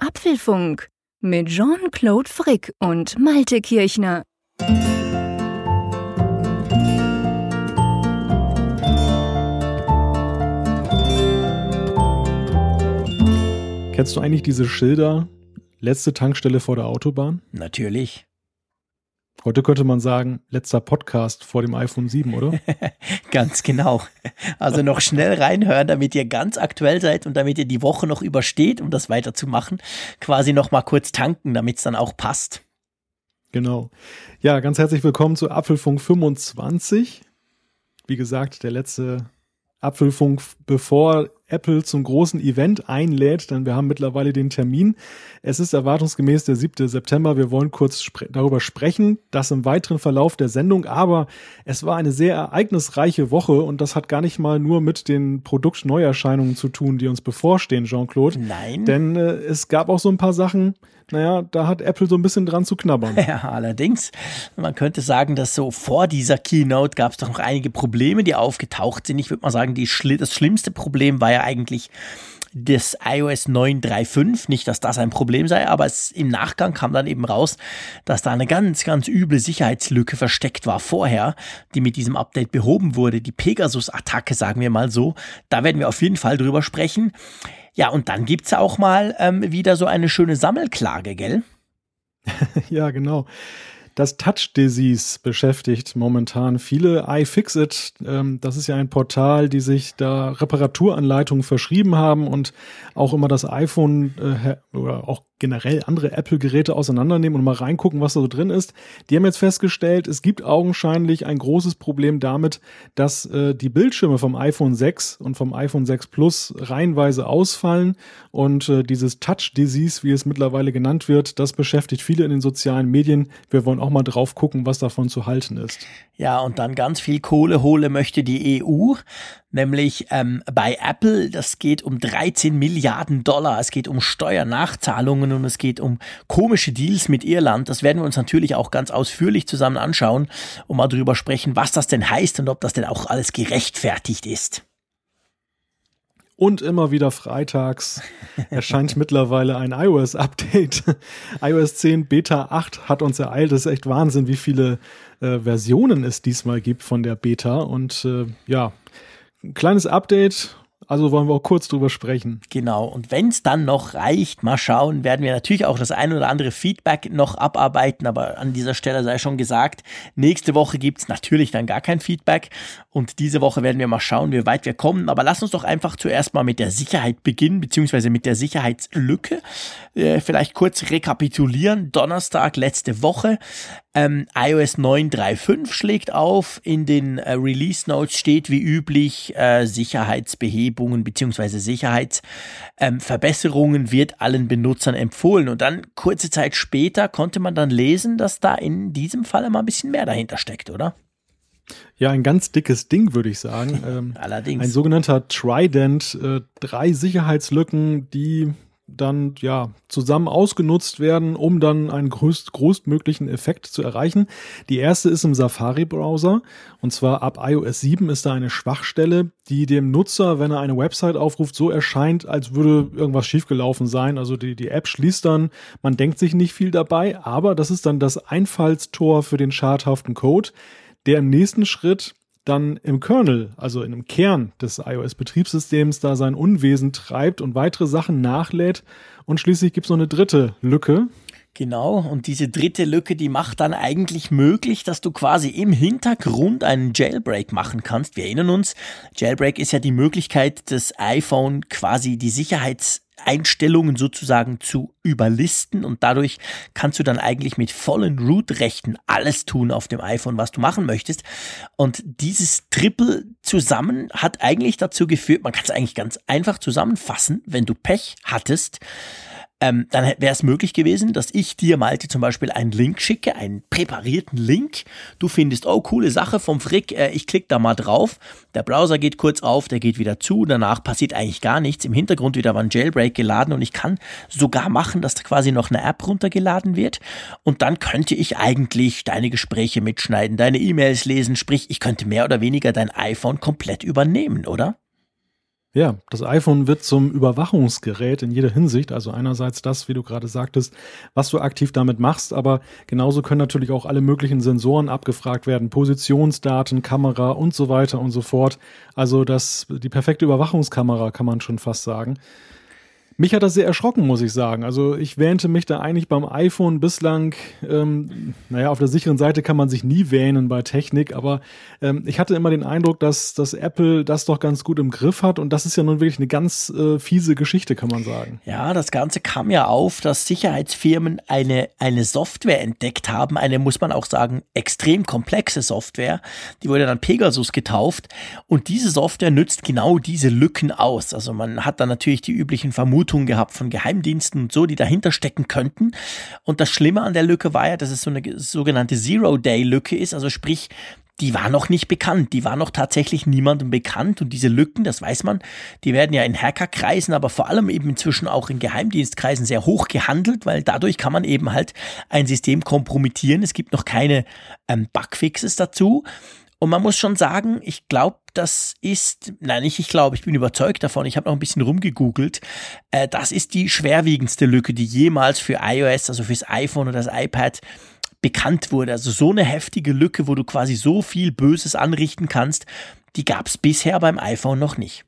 Apfelfunk mit Jean-Claude Frick und Malte Kirchner. Kennst du eigentlich diese Schilder, letzte Tankstelle vor der Autobahn? Natürlich. Heute könnte man sagen, letzter Podcast vor dem iPhone 7, oder? Ganz genau. Also noch schnell reinhören, damit ihr ganz aktuell seid und damit ihr die Woche noch übersteht, um das weiterzumachen. Quasi noch mal kurz tanken, damit es dann auch passt. Genau. Ja, ganz herzlich willkommen zu Apfelfunk 25. Wie gesagt, der letzte Apfelfunk, bevor Apple zum großen Event einlädt, denn wir haben mittlerweile den Termin. Es ist erwartungsgemäß der 7. September. Wir wollen kurz darüber sprechen, das im weiteren Verlauf der Sendung, aber es war eine sehr ereignisreiche Woche und das hat gar nicht mal nur mit den Produktneuerscheinungen zu tun, die uns bevorstehen, Jean-Claude. Nein. Denn es gab auch so ein paar Sachen, da hat Apple so ein bisschen dran zu knabbern. Ja, allerdings. Man könnte sagen, dass so vor dieser Keynote gab es doch noch einige Probleme, die aufgetaucht sind. Ich würde mal sagen, das schlimmste Problem war ja eigentlich das iOS 9.3.5. Nicht, dass das ein Problem sei, aber im Nachgang kam dann eben raus, dass da eine ganz, ganz üble Sicherheitslücke versteckt war vorher, die mit diesem Update behoben wurde. Die Pegasus-Attacke, sagen wir mal so. Da werden wir auf jeden Fall drüber sprechen. Ja, und dann gibt's ja auch mal wieder so eine schöne Sammelklage, gell? Ja, genau. Das Touch Disease beschäftigt momentan viele. iFixit, das ist ja ein Portal, die sich da Reparaturanleitungen verschrieben haben und auch immer das iPhone oder auch generell andere Apple-Geräte auseinandernehmen und mal reingucken, was da so drin ist. Die haben jetzt festgestellt, es gibt augenscheinlich ein großes Problem damit, dass die Bildschirme vom iPhone 6 und vom iPhone 6 Plus reihenweise ausfallen und dieses Touch Disease, wie es mittlerweile genannt wird, das beschäftigt viele in den sozialen Medien. Wir wollen auch mal drauf gucken, was davon zu halten ist. Ja, und dann ganz viel Kohle holen möchte die EU, nämlich bei Apple, das geht um 13 Milliarden $. Es geht um Steuernachzahlungen und es geht um komische Deals mit Irland. Das werden wir uns natürlich auch ganz ausführlich zusammen anschauen und mal drüber sprechen, was das denn heißt und ob das denn auch alles gerechtfertigt ist. Und immer wieder freitags erscheint mittlerweile ein iOS-Update. iOS 10 Beta 8 hat uns ereilt. Das ist echt Wahnsinn, wie viele Versionen es diesmal gibt von der Beta. Und ein kleines Update. Also wollen wir auch kurz drüber sprechen. Genau, und wenn es dann noch reicht, mal schauen, werden wir natürlich auch das ein oder andere Feedback noch abarbeiten, aber an dieser Stelle sei schon gesagt, nächste Woche gibt's natürlich dann gar kein Feedback und diese Woche werden wir mal schauen, wie weit wir kommen, aber lass uns doch einfach zuerst mal mit der Sicherheit beginnen, beziehungsweise mit der Sicherheitslücke. Vielleicht kurz rekapitulieren, Donnerstag letzte Woche, iOS 9.3.5 schlägt auf, in den Release Notes steht wie üblich Sicherheitsbehebungen bzw. Sicherheitsverbesserungen wird allen Benutzern empfohlen und dann kurze Zeit später konnte man dann lesen, dass da in diesem Fall mal ein bisschen mehr dahinter steckt, oder? Ja, ein ganz dickes Ding, würde ich sagen. Allerdings. Ein sogenannter Trident, 3 Sicherheitslücken, die dann zusammen ausgenutzt werden, um dann einen größtmöglichen Effekt zu erreichen. Die erste ist im Safari-Browser und zwar ab iOS 7 ist da eine Schwachstelle, die dem Nutzer, wenn er eine Website aufruft, so erscheint, als würde irgendwas schiefgelaufen sein. Also die App schließt dann, man denkt sich nicht viel dabei, aber das ist dann das Einfallstor für den schadhaften Code, der im nächsten Schritt dann im Kernel, also in dem Kern des iOS-Betriebssystems, da sein Unwesen treibt und weitere Sachen nachlädt. Und schließlich gibt es noch eine dritte Lücke. Genau, und diese dritte Lücke, die macht dann eigentlich möglich, dass du quasi im Hintergrund einen Jailbreak machen kannst. Wir erinnern uns, Jailbreak ist ja die Möglichkeit, das iPhone quasi die Sicherheitseinstellungen sozusagen zu überlisten und dadurch kannst du dann eigentlich mit vollen Root-Rechten alles tun auf dem iPhone, was du machen möchtest. Und dieses Triple zusammen hat eigentlich dazu geführt, man kann es eigentlich ganz einfach zusammenfassen, wenn du Pech hattest, dann wäre es möglich gewesen, dass ich dir, Malte, zum Beispiel einen Link schicke, einen präparierten Link. Du findest, oh, coole Sache vom Frick, ich klicke da mal drauf. Der Browser geht kurz auf, der geht wieder zu, danach passiert eigentlich gar nichts. Im Hintergrund wieder mal ein Jailbreak geladen und ich kann sogar machen, dass da quasi noch eine App runtergeladen wird. Und dann könnte ich eigentlich deine Gespräche mitschneiden, deine E-Mails lesen, sprich, ich könnte mehr oder weniger dein iPhone komplett übernehmen, oder? Ja, das iPhone wird zum Überwachungsgerät in jeder Hinsicht. Also einerseits das, wie du gerade sagtest, was du aktiv damit machst, aber genauso können natürlich auch alle möglichen Sensoren abgefragt werden, Positionsdaten, Kamera und so weiter und so fort. Also die perfekte Überwachungskamera, kann man schon fast sagen. Mich hat das sehr erschrocken, muss ich sagen. Also ich wähnte mich da eigentlich beim iPhone bislang, auf der sicheren Seite kann man sich nie wähnen bei Technik, aber ich hatte immer den Eindruck, dass Apple das doch ganz gut im Griff hat und das ist ja nun wirklich eine ganz fiese Geschichte, kann man sagen. Ja, das Ganze kam ja auf, dass Sicherheitsfirmen eine Software entdeckt haben, eine, muss man auch sagen, extrem komplexe Software, die wurde dann Pegasus getauft und diese Software nützt genau diese Lücken aus. Also man hat dann natürlich die üblichen Vermutungen gehabt von Geheimdiensten und so, die dahinter stecken könnten. Und das Schlimme an der Lücke war ja, dass es so eine sogenannte Zero-Day-Lücke ist, also sprich, die war noch nicht bekannt, die war noch tatsächlich niemandem bekannt und diese Lücken, das weiß man, die werden ja in Hackerkreisen, aber vor allem eben inzwischen auch in Geheimdienstkreisen sehr hoch gehandelt, weil dadurch kann man eben halt ein System kompromittieren. Es gibt noch keine Bugfixes dazu. Und man muss schon sagen, ich bin überzeugt davon, ich habe noch ein bisschen rumgegoogelt, das ist die schwerwiegendste Lücke, die jemals für iOS, also fürs iPhone oder das iPad bekannt wurde. Also so eine heftige Lücke, wo du quasi so viel Böses anrichten kannst, die gab es bisher beim iPhone noch nicht.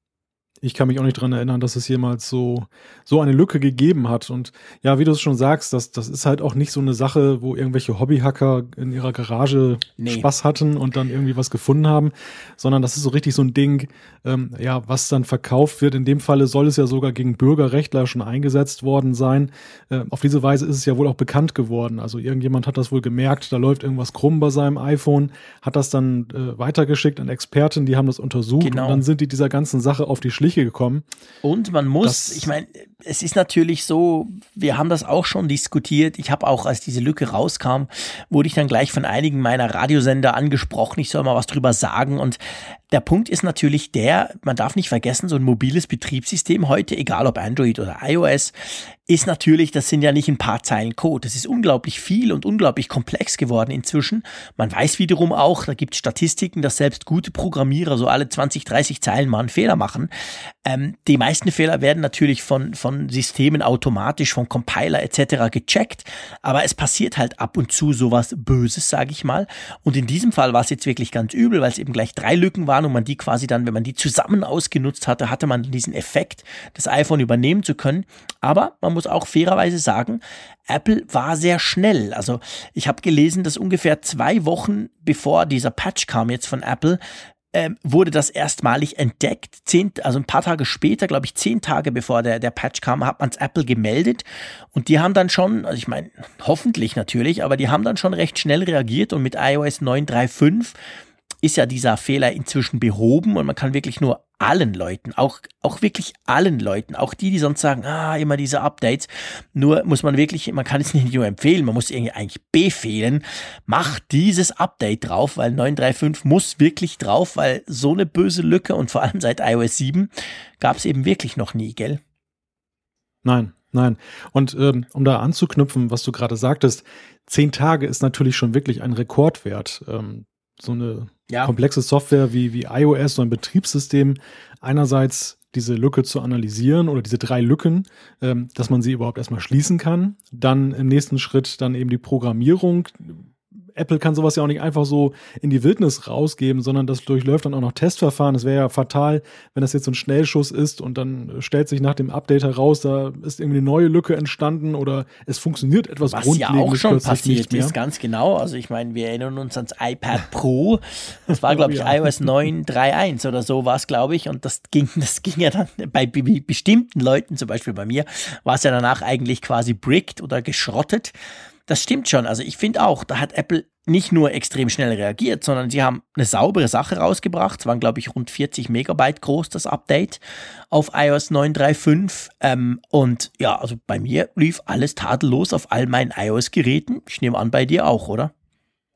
Ich kann mich auch nicht dran erinnern, dass es jemals so eine Lücke gegeben hat. Und ja, wie du es schon sagst, das ist halt auch nicht so eine Sache, wo irgendwelche Hobbyhacker in ihrer Garage Spaß hatten und dann irgendwie was gefunden haben, sondern das ist so richtig so ein Ding, was dann verkauft wird. In dem Falle soll es ja sogar gegen Bürgerrechtler schon eingesetzt worden sein. Auf diese Weise ist es ja wohl auch bekannt geworden. Also irgendjemand hat das wohl gemerkt, da läuft irgendwas krumm bei seinem iPhone, hat das dann weitergeschickt an Experten, die haben das untersucht und dann sind die dieser ganzen Sache auf die Schliche gekommen. Und man muss, ich meine, es ist natürlich so, wir haben das auch schon diskutiert. Ich habe auch, als diese Lücke rauskam, wurde ich dann gleich von einigen meiner Radiosender angesprochen, ich soll mal was drüber sagen. Und der Punkt ist natürlich man darf nicht vergessen, so ein mobiles Betriebssystem heute, egal ob Android oder iOS, ist natürlich, das sind ja nicht ein paar Zeilen Code. Das ist unglaublich viel und unglaublich komplex geworden inzwischen. Man weiß wiederum auch, da gibt es Statistiken, dass selbst gute Programmierer so alle 20, 30 Zeilen mal einen Fehler machen. Die meisten Fehler werden natürlich von Systemen automatisch, vom Compiler etc. gecheckt, aber es passiert halt ab und zu sowas Böses, sage ich mal. Und in diesem Fall war es jetzt wirklich ganz übel, weil es eben gleich 3 Lücken waren und man die quasi dann, wenn man die zusammen ausgenutzt hatte, hatte man diesen Effekt, das iPhone übernehmen zu können. Aber man muss auch fairerweise sagen, Apple war sehr schnell. Also ich habe gelesen, dass ungefähr 2 Wochen bevor dieser Patch kam jetzt von Apple, wurde das erstmalig entdeckt. Also ein paar Tage später, glaube ich 10 Tage bevor der Patch kam, hat man es Apple gemeldet und die haben dann schon, also ich meine, hoffentlich natürlich, aber die haben dann schon recht schnell reagiert und mit iOS 9.3.5 ist ja dieser Fehler inzwischen behoben und man kann wirklich nur allen Leuten, auch wirklich allen Leuten, auch die sonst sagen, immer diese Updates, nur muss man wirklich, man kann es nicht nur empfehlen, man muss irgendwie eigentlich befehlen, mach dieses Update drauf, weil 9.3.5 muss wirklich drauf, weil so eine böse Lücke und vor allem seit iOS 7 gab es eben wirklich noch nie, gell? Nein. Und um da anzuknüpfen, was du gerade sagtest, 10 Tage ist natürlich schon wirklich ein Rekordwert. So eine komplexe Software wie iOS, so ein Betriebssystem, einerseits diese Lücke zu analysieren oder diese 3 Lücken, dass man sie überhaupt erstmal schließen kann. Dann im nächsten Schritt dann eben die Programmierung. Apple kann sowas ja auch nicht einfach so in die Wildnis rausgeben, sondern das durchläuft dann auch noch Testverfahren. Es wäre ja fatal, wenn das jetzt so ein Schnellschuss ist und dann stellt sich nach dem Update heraus, da ist irgendwie eine neue Lücke entstanden oder es funktioniert etwas Grundlegendes. Was ja auch schon passiert ist, ganz genau. Also ich meine, wir erinnern uns ans iPad Pro. Das war, glaube ich, iOS 9.3.1 oder so war es, glaube ich. Und das ging ja dann bei bestimmten Leuten, zum Beispiel bei mir, war es ja danach eigentlich quasi bricked oder geschrottet. Das stimmt schon. Also ich finde auch, da hat Apple nicht nur extrem schnell reagiert, sondern sie haben eine saubere Sache rausgebracht. Es waren, glaube ich, rund 40 Megabyte groß, das Update auf iOS 9.3.5. Und ja, also bei mir lief alles tadellos auf all meinen iOS-Geräten. Ich nehme an, bei dir auch, oder?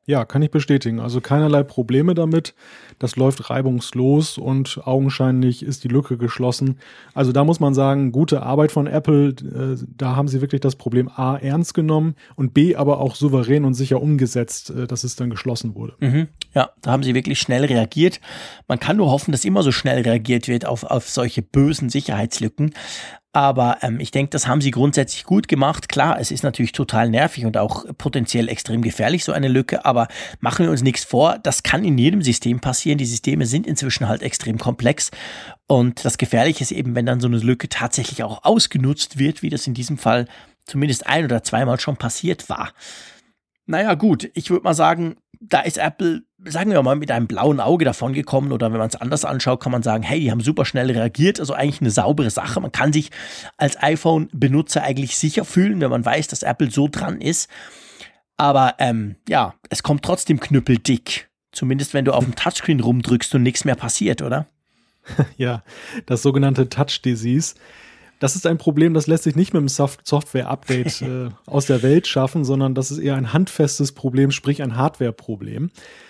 Ja, kann ich bestätigen. Also keinerlei Probleme damit. Das läuft reibungslos und augenscheinlich ist die Lücke geschlossen. Also da muss man sagen, gute Arbeit von Apple. Da haben sie wirklich das Problem A ernst genommen und B aber auch souverän und sicher umgesetzt, dass es dann geschlossen wurde. Mhm. Ja, da haben sie wirklich schnell reagiert. Man kann nur hoffen, dass immer so schnell reagiert wird auf solche bösen Sicherheitslücken. Aber ich denke, das haben sie grundsätzlich gut gemacht. Klar, es ist natürlich total nervig und auch potenziell extrem gefährlich, so eine Lücke. Aber machen wir uns nichts vor, das kann in jedem System passieren. Die Systeme sind inzwischen halt extrem komplex. Und das Gefährliche ist eben, wenn dann so eine Lücke tatsächlich auch ausgenutzt wird, wie das in diesem Fall zumindest ein- oder zweimal schon passiert war. Naja gut, ich würde mal sagen, da ist Apple, sagen wir mal, mit einem blauen Auge davon gekommen, oder wenn man es anders anschaut, kann man sagen, hey, die haben super schnell reagiert, also eigentlich eine saubere Sache. Man kann sich als iPhone-Benutzer eigentlich sicher fühlen, wenn man weiß, dass Apple so dran ist. Aber ja, es kommt trotzdem knüppeldick. Zumindest wenn du auf dem Touchscreen rumdrückst und nichts mehr passiert, oder? Ja, das sogenannte Touch Disease. Das ist ein Problem, das lässt sich nicht mit einem Software-Update aus der Welt schaffen, sondern das ist eher ein handfestes Problem, sprich ein Hardware-Problem.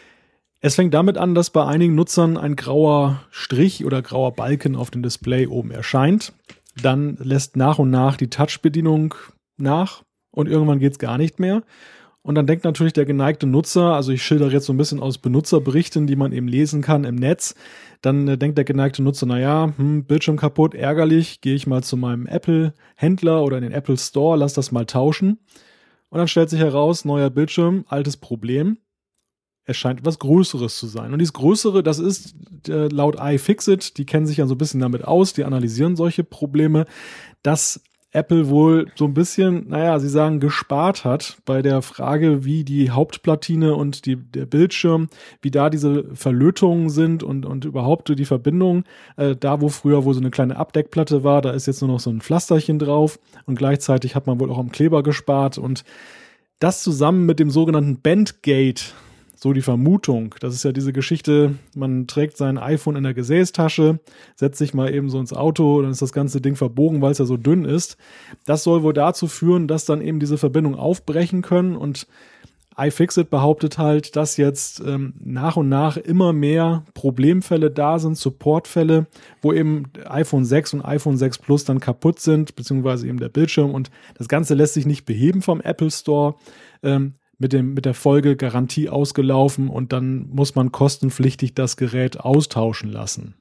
Es fängt damit an, dass bei einigen Nutzern ein grauer Strich oder grauer Balken auf dem Display oben erscheint. Dann lässt nach und nach die Touch-Bedienung nach und irgendwann geht's gar nicht mehr. Und dann denkt natürlich der geneigte Nutzer, also ich schildere jetzt so ein bisschen aus Benutzerberichten, die man eben lesen kann im Netz, dann denkt der geneigte Nutzer, naja, Bildschirm kaputt, ärgerlich, gehe ich mal zu meinem Apple-Händler oder in den Apple Store, lass das mal tauschen. Und dann stellt sich heraus, neuer Bildschirm, altes Problem. Es scheint etwas Größeres zu sein. Und dieses Größere, das ist laut iFixit, die kennen sich ja so ein bisschen damit aus, die analysieren solche Probleme, dass Apple wohl so ein bisschen, naja, sie sagen, gespart hat bei der Frage, wie die Hauptplatine und der Bildschirm, wie da diese Verlötungen sind und überhaupt die Verbindung. Da, wo früher so eine kleine Abdeckplatte war, da ist jetzt nur noch so ein Pflasterchen drauf und gleichzeitig hat man wohl auch am Kleber gespart und das zusammen mit dem sogenannten Bandgate, so die Vermutung, das ist ja diese Geschichte, man trägt sein iPhone in der Gesäßtasche, setzt sich mal eben so ins Auto, dann ist das ganze Ding verbogen, weil es ja so dünn ist. Das soll wohl dazu führen, dass dann eben diese Verbindungen aufbrechen können und iFixit behauptet halt, dass jetzt nach und nach immer mehr Problemfälle da sind, Supportfälle, wo eben iPhone 6 und iPhone 6 Plus dann kaputt sind, beziehungsweise eben der Bildschirm und das Ganze lässt sich nicht beheben vom Apple Store. Mit der Folge Garantie ausgelaufen und dann muss man kostenpflichtig das Gerät austauschen lassen.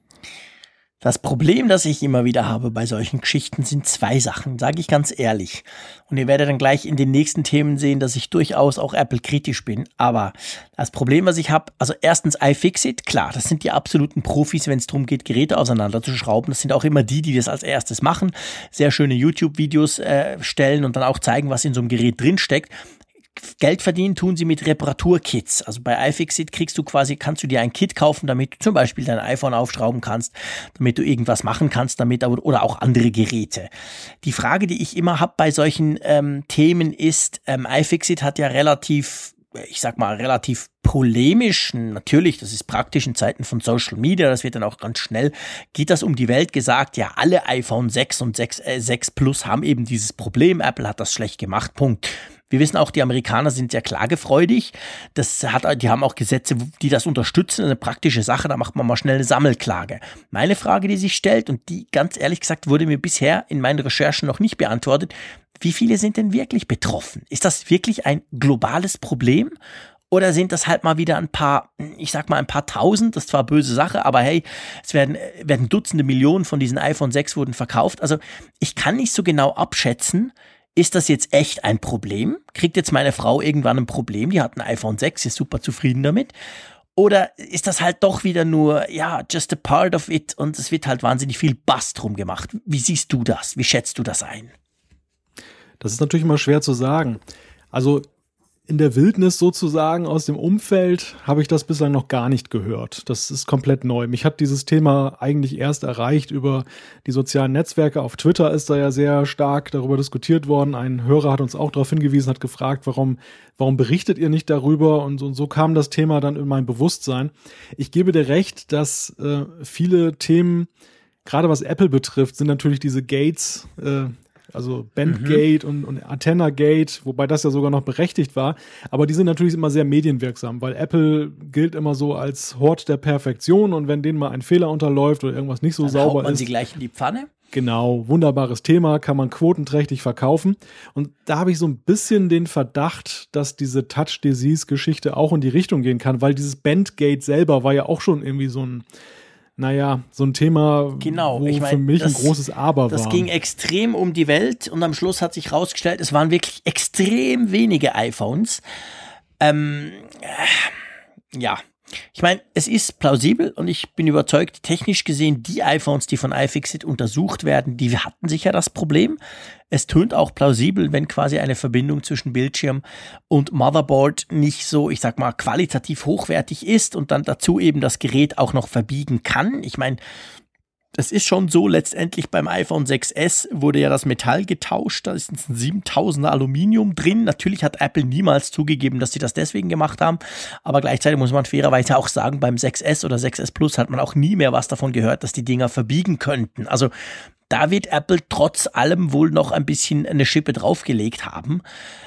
Das Problem, das ich immer wieder habe bei solchen Geschichten, sind zwei Sachen, sage ich ganz ehrlich. Und ihr werdet dann gleich in den nächsten Themen sehen, dass ich durchaus auch Apple kritisch bin. Aber das Problem, was ich habe, also erstens iFixit, klar, das sind die absoluten Profis, wenn es darum geht, Geräte auseinanderzuschrauben. Das sind auch immer die das als erstes machen, sehr schöne YouTube-Videos stellen und dann auch zeigen, was in so einem Gerät drinsteckt. Geld verdienen tun sie mit Reparaturkits. Also bei iFixit kannst du dir ein Kit kaufen, damit du zum Beispiel dein iPhone aufschrauben kannst, damit du irgendwas machen kannst damit oder auch andere Geräte. Die Frage, die ich immer habe bei solchen Themen ist, iFixit hat ja relativ polemisch, natürlich, das ist praktisch in Zeiten von Social Media, das wird dann auch ganz schnell, geht das um die Welt gesagt, ja, alle iPhone 6 und 6 Plus haben eben dieses Problem, Apple hat das schlecht gemacht, Punkt. Wir wissen auch, die Amerikaner sind sehr klagefreudig. Die haben auch Gesetze, die das unterstützen. Eine praktische Sache, da macht man mal schnell eine Sammelklage. Meine Frage, die sich stellt, und die ganz ehrlich gesagt wurde mir bisher in meinen Recherchen noch nicht beantwortet, wie viele sind denn wirklich betroffen? Ist das wirklich ein globales Problem? Oder sind das halt mal wieder ein paar tausend, das ist zwar böse Sache, aber hey, es werden Dutzende Millionen von diesen iPhone 6 wurden verkauft. Also ich kann nicht so genau abschätzen, ist das jetzt echt ein Problem? Kriegt jetzt meine Frau irgendwann ein Problem? Die hat ein iPhone 6, ist super zufrieden damit. Oder ist das halt doch wieder nur, ja, just a part of it und es wird halt wahnsinnig viel Bass drum gemacht. Wie siehst du das? Wie schätzt du das ein? Das ist natürlich immer schwer zu sagen. Also in der Wildnis sozusagen aus dem Umfeld habe ich das bislang noch gar nicht gehört. Das ist komplett neu. Mich hat dieses Thema eigentlich erst erreicht über die sozialen Netzwerke. Auf Twitter ist da ja sehr stark darüber diskutiert worden. Ein Hörer hat uns auch darauf hingewiesen, hat gefragt, warum berichtet ihr nicht darüber? Und so kam das Thema dann in mein Bewusstsein. Ich gebe dir recht, dass viele Themen, gerade was Apple betrifft, sind natürlich diese Gates also Bandgate und Antenna-Gate, wobei das ja sogar noch berechtigt war. Aber die sind natürlich immer sehr medienwirksam, weil Apple gilt immer so als Hort der Perfektion und wenn denen mal ein Fehler unterläuft oder irgendwas nicht so dann sauber haut man ist. sie gleich in die Pfanne. Genau, wunderbares Thema, kann man quotenträchtig verkaufen. Und da habe ich so ein bisschen den Verdacht, dass diese Touch-Disease-Geschichte auch in die Richtung gehen kann, weil dieses Bandgate selber war ja auch schon irgendwie so ein Thema, genau, wo für mich ein großes Aber war. Das ging extrem um die Welt und am Schluss hat sich rausgestellt, es waren wirklich extrem wenige iPhones. Ja. Ich meine, es ist plausibel und ich bin überzeugt, technisch gesehen, die iPhones, die von iFixit untersucht werden, die hatten sicher das Problem. Es tönt auch plausibel, wenn quasi eine Verbindung zwischen Bildschirm und Motherboard nicht so, ich sag mal, qualitativ hochwertig ist und dann dazu eben das Gerät auch noch verbiegen kann. Ich meine, das ist schon so, letztendlich beim iPhone 6S wurde ja das Metall getauscht, da ist ein 7000er Aluminium drin. Natürlich hat Apple niemals zugegeben, dass sie das deswegen gemacht haben, aber gleichzeitig muss man fairerweise auch sagen, beim 6S oder 6S Plus hat man auch nie mehr was davon gehört, dass die Dinger verbiegen könnten. Also da wird Apple trotz allem wohl noch ein bisschen eine Schippe draufgelegt haben.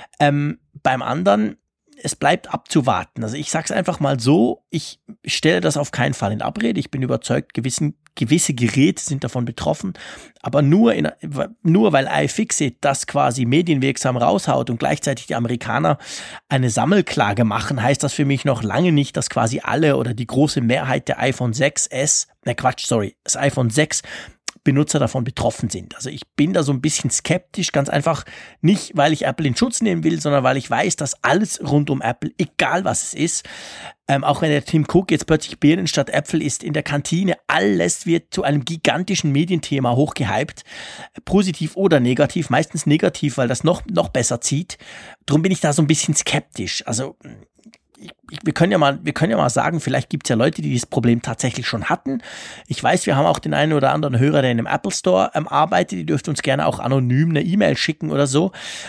Beim anderen, es bleibt abzuwarten. Also ich sag's einfach mal so, ich stelle das auf keinen Fall in Abrede. Ich bin überzeugt, gewisse Geräte sind davon betroffen, aber nur weil iFixit das quasi medienwirksam raushaut und gleichzeitig die Amerikaner eine Sammelklage machen, heißt das für mich noch lange nicht, dass quasi alle oder die große Mehrheit der iPhone 6S, das iPhone 6 Benutzer davon betroffen sind. Also ich bin da so ein bisschen skeptisch, ganz einfach nicht, weil ich Apple in Schutz nehmen will, sondern weil ich weiß, dass alles rund um Apple, egal was es ist, auch wenn der Tim Cook jetzt plötzlich Birnen statt Äpfel isst in der Kantine, alles wird zu einem gigantischen Medienthema hochgehypt, positiv oder negativ, meistens negativ, weil das noch besser zieht. Drum bin ich da so ein bisschen skeptisch. Also wir können ja mal sagen, vielleicht gibt es ja Leute, die dieses Problem tatsächlich schon hatten. Ich weiß, wir haben auch den einen oder anderen Hörer, der in einem Apple Store arbeitet. Die dürft uns gerne auch anonym eine E-Mail schicken oder so.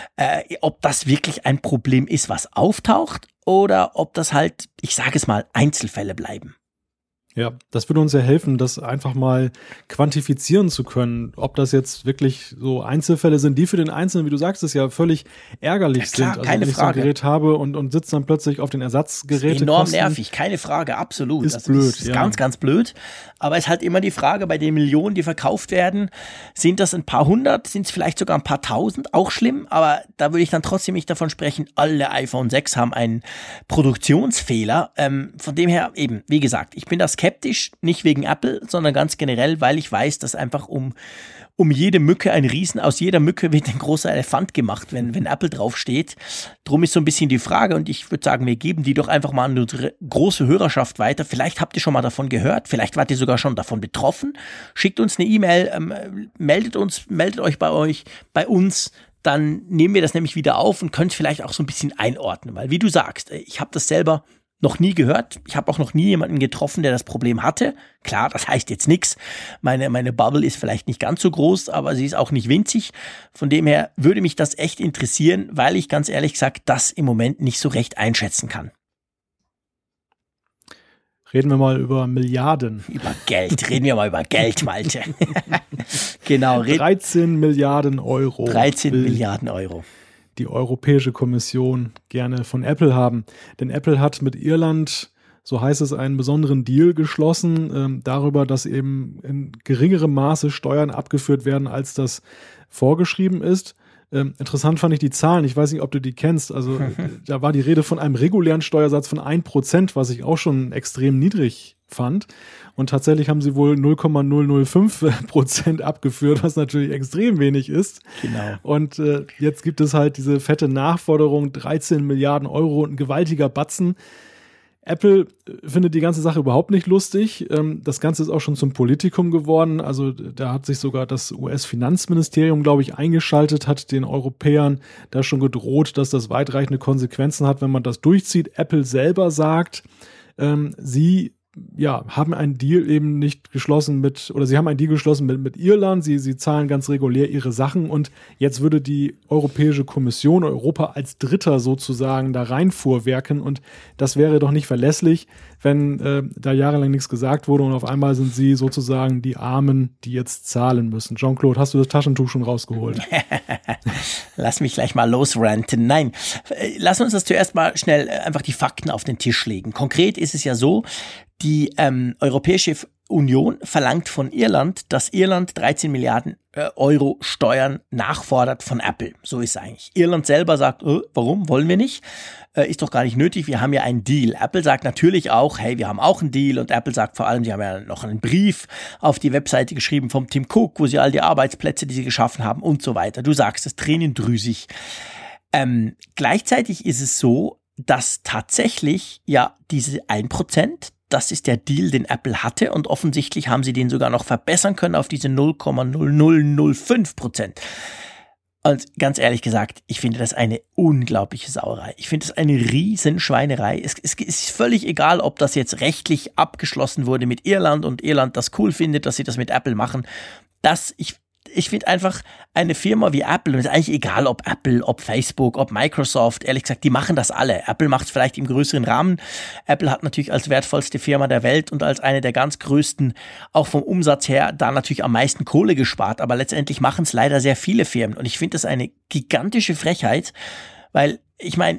Ob das wirklich ein Problem ist, was auftaucht, oder ob das halt, ich sage es mal, Einzelfälle bleiben. Ja, das würde uns ja helfen, das einfach mal quantifizieren zu können, ob das jetzt wirklich so Einzelfälle sind, die für den Einzelnen, wie du sagst, es ja völlig ärgerlich klar, sind. Also keine wenn ich Frage. so ein Gerät habe und sitze dann plötzlich auf den Ersatzgeräten. Enorm nervig, keine Frage, absolut. Ist blöd, ist ganz, ganz blöd. Aber es ist halt immer die Frage, bei den Millionen, die verkauft werden, sind das ein paar hundert, sind es vielleicht sogar ein paar tausend, auch schlimm, aber da würde ich dann trotzdem nicht davon sprechen, alle iPhone 6 haben einen Produktionsfehler. Von dem her eben, wie gesagt, ich bin da skeptisch, nicht wegen Apple, sondern ganz generell, weil ich weiß, dass einfach um jede Mücke aus jeder Mücke wird ein großer Elefant gemacht, wenn Apple draufsteht. Drum ist so ein bisschen die Frage und ich würde sagen, wir geben die doch einfach mal an unsere große Hörerschaft weiter. Vielleicht habt ihr schon mal davon gehört, vielleicht wart ihr sogar schon davon betroffen. Schickt uns eine E-Mail, meldet euch bei uns, dann nehmen wir das nämlich wieder auf und können es vielleicht auch so ein bisschen einordnen, weil wie du sagst, ich habe das selber noch nie gehört. Ich habe auch noch nie jemanden getroffen, der das Problem hatte. Klar, das heißt jetzt nichts. Meine Bubble ist vielleicht nicht ganz so groß, aber sie ist auch nicht winzig. Von dem her würde mich das echt interessieren, weil ich ganz ehrlich gesagt das im Moment nicht so recht einschätzen kann. Reden wir mal über Milliarden. Reden wir mal über Geld, Malte. Genau. 13 Milliarden Euro. 13 Milliarden Euro. Die Europäische Kommission gerne von Apple haben. Denn Apple hat mit Irland, so heißt es, einen besonderen Deal geschlossen, darüber, dass eben in geringerem Maße Steuern abgeführt werden, als das vorgeschrieben ist. Interessant fand ich die Zahlen, ich weiß nicht, ob du die kennst, also da war die Rede von einem regulären Steuersatz von 1%, was ich auch schon extrem niedrig fand. Und tatsächlich haben sie wohl 0,005% abgeführt, was natürlich extrem wenig ist. Genau. Und jetzt gibt es halt diese fette Nachforderung, 13 Milliarden Euro, ein gewaltiger Batzen. Apple findet die ganze Sache überhaupt nicht lustig. Das Ganze ist auch schon zum Politikum geworden. Also da hat sich sogar das US-Finanzministerium, glaube ich, eingeschaltet, hat den Europäern da schon gedroht, dass das weitreichende Konsequenzen hat, wenn man das durchzieht. Apple selber sagt, sie haben einen Deal eben nicht geschlossen sie haben einen Deal geschlossen mit Irland, sie zahlen ganz regulär ihre Sachen und jetzt würde die Europäische Kommission Europa als Dritter sozusagen da reinfuhrwerken und das wäre doch nicht verlässlich, wenn da jahrelang nichts gesagt wurde und auf einmal sind sie sozusagen die Armen, die jetzt zahlen müssen. Jean-Claude, hast du das Taschentuch schon rausgeholt? Lass mich gleich mal losranten. Nein, lass uns das zuerst mal schnell einfach die Fakten auf den Tisch legen. Konkret ist es ja so, die Europäische Union verlangt von Irland, dass Irland 13 Milliarden Euro Steuern nachfordert von Apple. So ist es eigentlich. Irland selber sagt, warum, wollen wir nicht? Ist doch gar nicht nötig, wir haben ja einen Deal. Apple sagt natürlich auch, hey, wir haben auch einen Deal und Apple sagt vor allem, sie haben ja noch einen Brief auf die Webseite geschrieben vom Tim Cook, wo sie all die Arbeitsplätze, die sie geschaffen haben und so weiter. Du sagst es, tränendrüsig. Gleichzeitig ist es so, dass tatsächlich ja diese 1%, das ist der Deal, den Apple hatte und offensichtlich haben sie den sogar noch verbessern können auf diese 0,0005%. Und ganz ehrlich gesagt, ich finde das eine unglaubliche Sauerei. Ich finde das eine Riesenschweinerei. Es ist völlig egal, ob das jetzt rechtlich abgeschlossen wurde mit Irland und Irland das cool findet, dass sie das mit Apple machen. Ich finde einfach eine Firma wie Apple, und es ist eigentlich egal, ob Apple, ob Facebook, ob Microsoft, ehrlich gesagt, die machen das alle. Apple macht es vielleicht im größeren Rahmen. Apple hat natürlich als wertvollste Firma der Welt und als eine der ganz größten, auch vom Umsatz her, da natürlich am meisten Kohle gespart. Aber letztendlich machen es leider sehr viele Firmen. Und ich finde das eine gigantische Frechheit, weil ich meine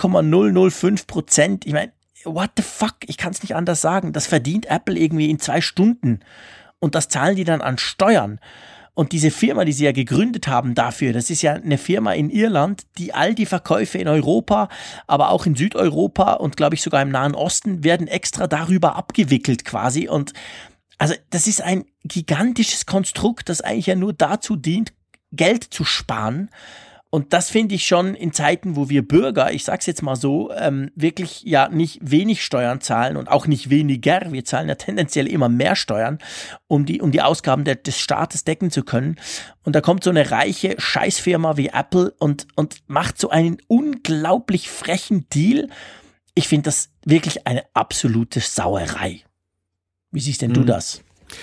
0,005%, ich meine, what the fuck, ich kann es nicht anders sagen. Das verdient Apple irgendwie in 2 Stunden. Und das zahlen die dann an Steuern. Und diese Firma, die sie ja gegründet haben dafür, das ist ja eine Firma in Irland, die all die Verkäufe in Europa, aber auch in Südeuropa und glaube ich sogar im Nahen Osten werden extra darüber abgewickelt quasi. Und also das ist ein gigantisches Konstrukt, das eigentlich ja nur dazu dient, Geld zu sparen. Und das finde ich schon in Zeiten, wo wir Bürger, ich sag's jetzt mal so, wirklich ja nicht wenig Steuern zahlen und auch nicht weniger. Wir zahlen ja tendenziell immer mehr Steuern, um die Ausgaben des Staates decken zu können. Und da kommt so eine reiche Scheißfirma wie Apple und macht so einen unglaublich frechen Deal. Ich finde das wirklich eine absolute Sauerei. Wie siehst denn du das?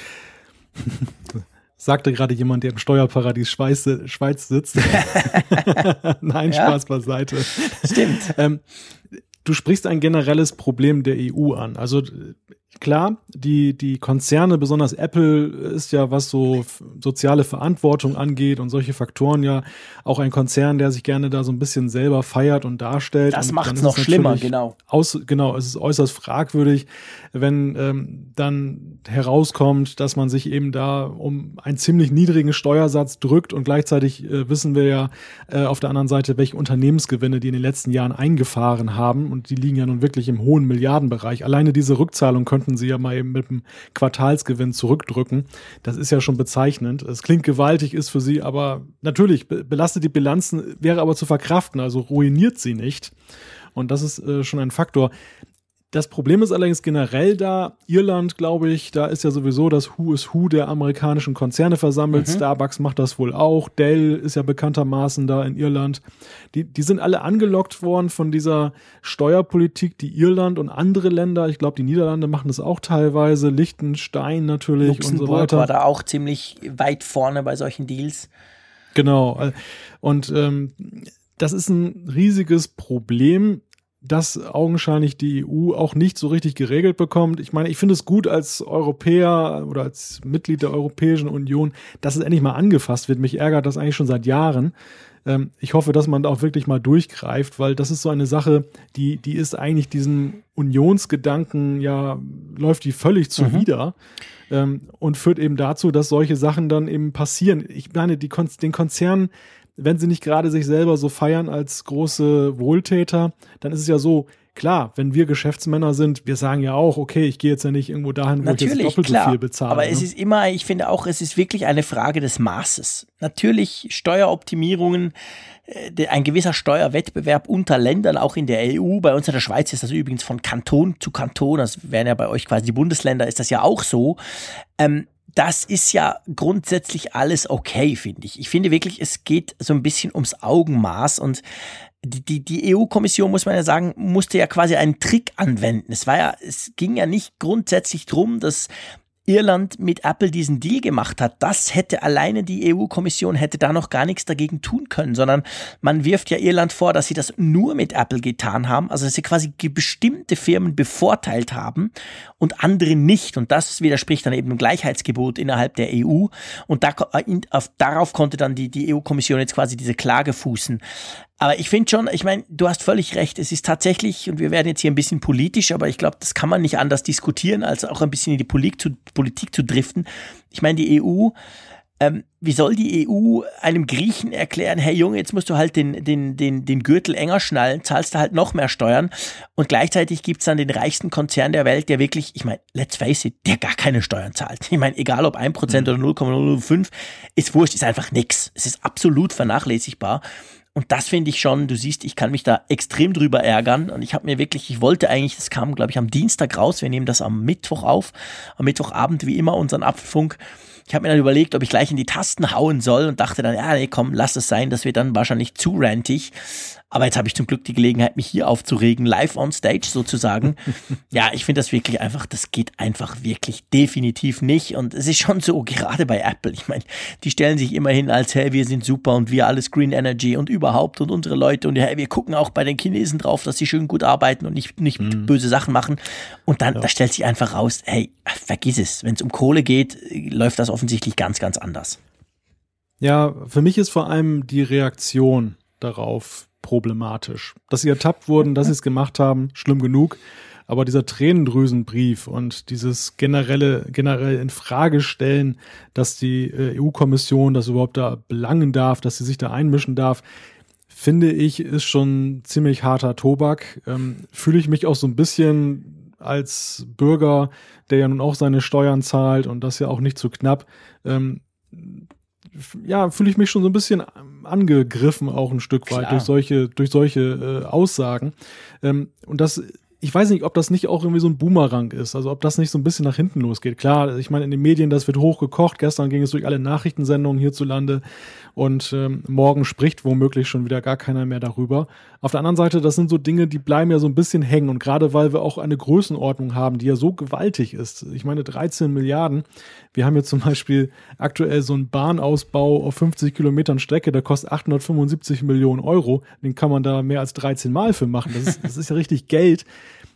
Sagte gerade jemand, der im Steuerparadies Schweiz sitzt. Nein, ja? Spaß beiseite. Stimmt. Du sprichst ein generelles Problem der EU an. Also klar, die Konzerne, besonders Apple, ist ja, was so soziale Verantwortung angeht und solche Faktoren ja auch ein Konzern, der sich gerne da so ein bisschen selber feiert und darstellt. Das macht es noch schlimmer, genau. Genau, es ist äußerst fragwürdig, wenn dann herauskommt, dass man sich eben da um einen ziemlich niedrigen Steuersatz drückt und gleichzeitig wissen wir ja auf der anderen Seite, welche Unternehmensgewinne die in den letzten Jahren eingefahren haben und die liegen ja nun wirklich im hohen Milliardenbereich. Alleine diese Rückzahlung könnten sie ja mal eben mit dem Quartalsgewinn zurückdrücken. Das ist ja schon bezeichnend. Es klingt gewaltig, ist für sie, aber natürlich belastet die Bilanzen, wäre aber zu verkraften, also ruiniert sie nicht. Und das ist schon ein Faktor. Das Problem ist allerdings generell da, Irland, glaube ich, da ist ja sowieso das Who is Who der amerikanischen Konzerne versammelt. Starbucks macht das wohl auch. Dell ist ja bekanntermaßen da in Irland. Die sind alle angelockt worden von dieser Steuerpolitik, die Irland und andere Länder, ich glaube, die Niederlande machen das auch teilweise, Liechtenstein natürlich und so weiter. Luxemburg war da auch ziemlich weit vorne bei solchen Deals. Genau. Und das ist ein riesiges Problem, das augenscheinlich die EU auch nicht so richtig geregelt bekommt. Ich meine, ich finde es gut als Europäer oder als Mitglied der Europäischen Union, dass es endlich mal angefasst wird. Mich ärgert das eigentlich schon seit Jahren. Ich hoffe, dass man da auch wirklich mal durchgreift, weil das ist so eine Sache, die ist eigentlich diesem Unionsgedanken, ja, läuft die völlig zuwider und führt eben dazu, dass solche Sachen dann eben passieren. Ich meine, den Konzernen, wenn sie nicht gerade sich selber so feiern als große Wohltäter, dann ist es ja so, klar, wenn wir Geschäftsmänner sind, wir sagen ja auch, okay, ich gehe jetzt ja nicht irgendwo dahin, wo natürlich, ich jetzt doppelt so viel bezahle. Aber es ist immer, ich finde auch, es ist wirklich eine Frage des Maßes. Natürlich Steueroptimierungen, ein gewisser Steuerwettbewerb unter Ländern, auch in der EU. Bei uns in der Schweiz ist das übrigens von Kanton zu Kanton, das wären ja bei euch quasi die Bundesländer, ist das ja auch so. das ist ja grundsätzlich alles okay, finde ich. Ich finde wirklich, es geht so ein bisschen ums Augenmaß und die EU-Kommission, muss man ja sagen, musste ja quasi einen Trick anwenden. Es ging ja nicht grundsätzlich drum, dass Irland mit Apple diesen Deal gemacht hat. Das hätte alleine die EU-Kommission hätte da noch gar nichts dagegen tun können, sondern man wirft ja Irland vor, dass sie das nur mit Apple getan haben, also dass sie quasi bestimmte Firmen bevorteilt haben und andere nicht. Und das widerspricht dann eben dem Gleichheitsgebot innerhalb der EU. Und darauf konnte dann die EU-Kommission jetzt quasi diese Klage fußen. Aber ich finde schon, ich meine, du hast völlig recht, es ist tatsächlich, und wir werden jetzt hier ein bisschen politisch, aber ich glaube, das kann man nicht anders diskutieren, als auch ein bisschen in die Politik zu driften. Ich meine, die EU, wie soll die EU einem Griechen erklären, hey Junge, jetzt musst du halt den Gürtel enger schnallen, zahlst du halt noch mehr Steuern und gleichzeitig gibt's dann den reichsten Konzern der Welt, der wirklich, ich meine, let's face it, der gar keine Steuern zahlt. Ich meine, egal ob 1% oder 0,005, ist wurscht, ist einfach nix. Es ist absolut vernachlässigbar. Und das finde ich schon, du siehst, ich kann mich da extrem drüber ärgern und ich wollte eigentlich, das kam glaube ich am Dienstag raus, wir nehmen das am Mittwoch auf, am Mittwochabend wie immer unseren Apfelfunk. Ich habe mir dann überlegt, ob ich gleich in die Tasten hauen soll und dachte dann, ja nee, komm, lass es sein, das wird dann wahrscheinlich zu rantig. Aber jetzt habe ich zum Glück die Gelegenheit, mich hier aufzuregen, live on stage sozusagen. Ja, ich finde das wirklich einfach, das geht einfach wirklich definitiv nicht. Und es ist schon so, gerade bei Apple, ich meine, die stellen sich immer hin als, hey, wir sind super und wir alles Green Energy und überhaupt und unsere Leute und hey, wir gucken auch bei den Chinesen drauf, dass sie schön gut arbeiten und nicht böse Sachen machen. Und dann, da stellt sich einfach raus, hey, vergiss es. Wenn es um Kohle geht, läuft das offensichtlich ganz, ganz anders. Ja, für mich ist vor allem die Reaktion darauf problematisch. Dass sie ertappt wurden, dass sie es gemacht haben, schlimm genug. Aber dieser Tränendrüsenbrief und dieses generell in Frage stellen, dass die EU-Kommission das überhaupt da belangen darf, dass sie sich da einmischen darf, finde ich, ist schon ziemlich harter Tobak. Fühle ich mich auch so ein bisschen als Bürger, der ja nun auch seine Steuern zahlt und das ja auch nicht zu knapp, fühle ich mich schon so ein bisschen angegriffen, auch ein Stück weit durch solche Aussagen. Und das, ich weiß nicht, ob das nicht auch irgendwie so ein Boomerang ist, also ob das nicht so ein bisschen nach hinten losgeht. Klar, ich meine, in den Medien, das wird hochgekocht. Gestern ging es durch alle Nachrichtensendungen hierzulande und morgen spricht womöglich schon wieder gar keiner mehr darüber. Auf der anderen Seite, das sind so Dinge, die bleiben ja so ein bisschen hängen und gerade weil wir auch eine Größenordnung haben, die ja so gewaltig ist. Ich meine, 13 Milliarden. Wir haben jetzt zum Beispiel aktuell so einen Bahnausbau auf 50 Kilometern Strecke, der kostet 875 Millionen Euro. Den kann man da mehr als 13 Mal für machen. Das ist ja richtig Geld,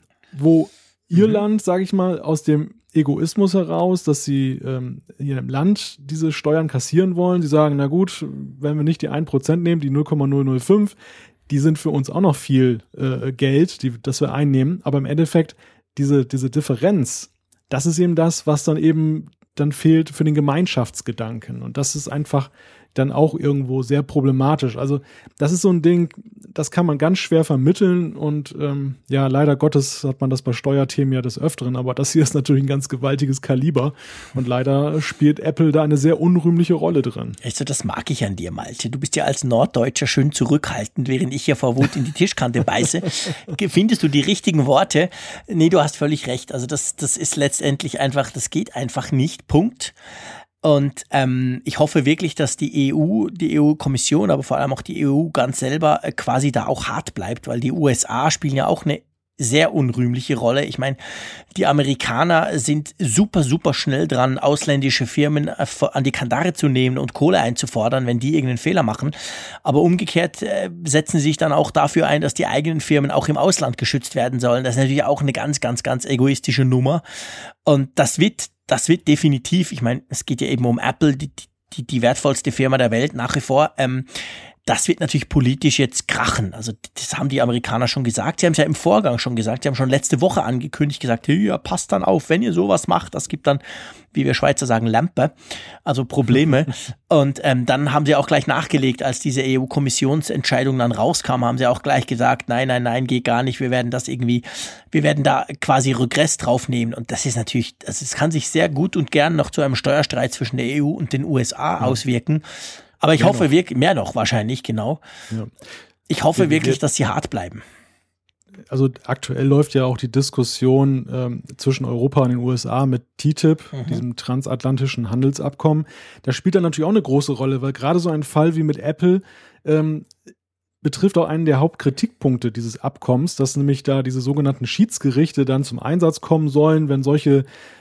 wo Irland, sage ich mal, aus dem Egoismus heraus, dass sie hier im Land diese Steuern kassieren wollen. Sie sagen, na gut, wenn wir nicht die 1% nehmen, die 0,005, die sind für uns auch noch viel Geld, das wir einnehmen. Aber im Endeffekt, diese Differenz, das ist eben das, was dann eben dann fehlt für den Gemeinschaftsgedanken. Und das ist einfach dann auch irgendwo sehr problematisch. Also das ist so ein Ding, das kann man ganz schwer vermitteln und leider Gottes hat man das bei Steuerthemen ja des Öfteren, aber das hier ist natürlich ein ganz gewaltiges Kaliber und leider spielt Apple da eine sehr unrühmliche Rolle drin. Also das mag ich an dir, Malte. Du bist ja als Norddeutscher schön zurückhaltend, während ich ja vor Wut in die Tischkante beiße. Findest du die richtigen Worte? Nee, du hast völlig recht. Also das ist letztendlich einfach, das geht einfach nicht. Punkt. Und ich hoffe wirklich, dass die EU-Kommission, aber vor allem auch die EU ganz selber quasi da auch hart bleibt, weil die USA spielen ja auch eine sehr unrühmliche Rolle. Ich meine, die Amerikaner sind super, super schnell dran, ausländische Firmen an die Kandare zu nehmen und Kohle einzufordern, wenn die irgendeinen Fehler machen. Aber umgekehrt setzen sie sich dann auch dafür ein, dass die eigenen Firmen auch im Ausland geschützt werden sollen. Das ist natürlich auch eine ganz, ganz, ganz egoistische Nummer. Und das wird definitiv, ich meine, es geht ja eben um Apple, die wertvollste Firma der Welt nach wie vor, das wird natürlich politisch jetzt krachen. Also das haben die Amerikaner schon gesagt. Sie haben es ja im Vorgang schon gesagt. Sie haben schon letzte Woche angekündigt, gesagt, hey, ja, passt dann auf, wenn ihr sowas macht. Das gibt dann, wie wir Schweizer sagen, Lampe, also Probleme. Und dann haben sie auch gleich nachgelegt, als diese EU-Kommissionsentscheidung dann rauskam, haben sie auch gleich gesagt, nein, geht gar nicht. Wir werden da quasi Regress draufnehmen. Und das ist natürlich, also es kann sich sehr gut und gern noch zu einem Steuerstreit zwischen der EU und den USA auswirken. Aber ich hoffe wirklich, mehr noch wahrscheinlich, genau. Ja. Ich hoffe wirklich, dass sie hart bleiben. also aktuell läuft ja auch die Diskussion zwischen Europa und den USA mit TTIP, diesem transatlantischen Handelsabkommen. Das spielt dann natürlich auch eine große Rolle, weil gerade so ein Fall wie mit Apple betrifft auch einen der Hauptkritikpunkte dieses Abkommens, dass nämlich da diese sogenannten Schiedsgerichte dann zum Einsatz kommen sollen, wenn solche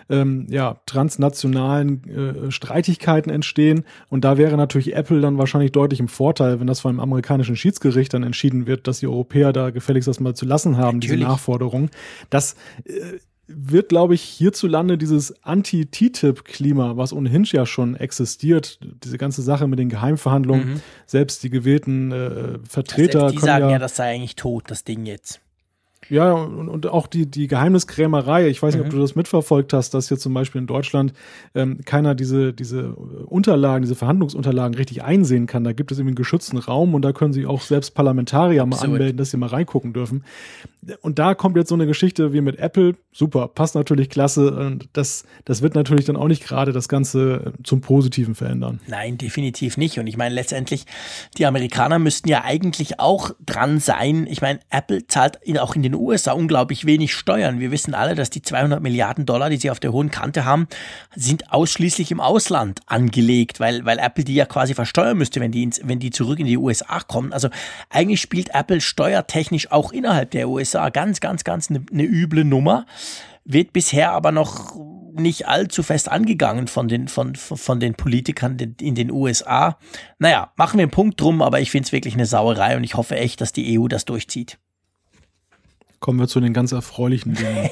transnationalen Streitigkeiten entstehen. Und da wäre natürlich Apple dann wahrscheinlich deutlich im Vorteil, wenn das von einem amerikanischen Schiedsgericht dann entschieden wird, dass die Europäer da gefälligst das mal zu lassen haben, natürlich. Diese Nachforderung. Das wird, glaube ich, hierzulande dieses Anti-TTIP-Klima, was ohnehin ja schon existiert, diese ganze Sache mit den Geheimverhandlungen, selbst die gewählten Vertreter. Selbst die sagen ja, das sei eigentlich tot, das Ding jetzt. Ja, und auch die Geheimniskrämerei. Ich weiß nicht, ob du das mitverfolgt hast, dass hier zum Beispiel in Deutschland keiner diese Unterlagen, diese Verhandlungsunterlagen richtig einsehen kann. Da gibt es irgendwie einen geschützten Raum und da können sich auch selbst Parlamentarier mal anmelden, dass sie mal reingucken dürfen. Und da kommt jetzt so eine Geschichte wie mit Apple. Super, passt natürlich klasse. Und das wird natürlich dann auch nicht gerade das Ganze zum Positiven verändern. Nein, definitiv nicht. Und ich meine, letztendlich, die Amerikaner müssten ja eigentlich auch dran sein. Ich meine, Apple zahlt auch in den USA unglaublich wenig Steuern. Wir wissen alle, dass die $200 Milliarden, die sie auf der hohen Kante haben, sind ausschließlich im Ausland angelegt, weil Apple die ja quasi versteuern müsste, wenn die zurück in die USA kommen. Also eigentlich spielt Apple steuertechnisch auch innerhalb der USA ganz eine üble Nummer. Wird bisher aber noch nicht allzu fest angegangen von den Politikern in den USA. Naja, machen wir einen Punkt drum, aber ich finde es wirklich eine Sauerei und ich hoffe echt, dass die EU das durchzieht. Kommen wir zu den ganz erfreulichen Dingen.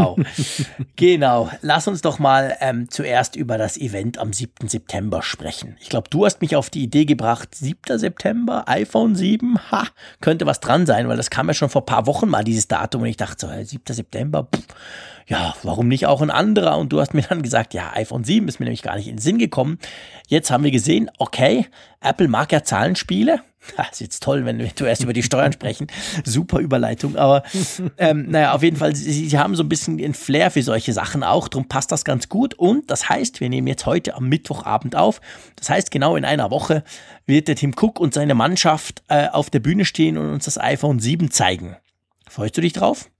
Genau. Lass uns doch mal zuerst über das Event am 7. September sprechen. Ich glaube, du hast mich auf die Idee gebracht, 7. September, iPhone 7, könnte was dran sein, weil das kam ja schon vor ein paar Wochen mal, dieses Datum. Und ich dachte so, 7. September, ja, warum nicht auch ein anderer? Und du hast mir dann gesagt, ja, iPhone 7 ist mir nämlich gar nicht in den Sinn gekommen. Jetzt haben wir gesehen, okay, Apple mag ja Zahlenspiele. Das ist jetzt toll, wenn wir erst über die Steuern sprechen. Super Überleitung. Aber auf jeden Fall, sie haben so ein bisschen ein Flair für solche Sachen auch. Darum passt das ganz gut. Und das heißt, wir nehmen jetzt heute am Mittwochabend auf. Das heißt, genau in einer Woche wird der Tim Cook und seine Mannschaft auf der Bühne stehen und uns das iPhone 7 zeigen. Freust du dich drauf?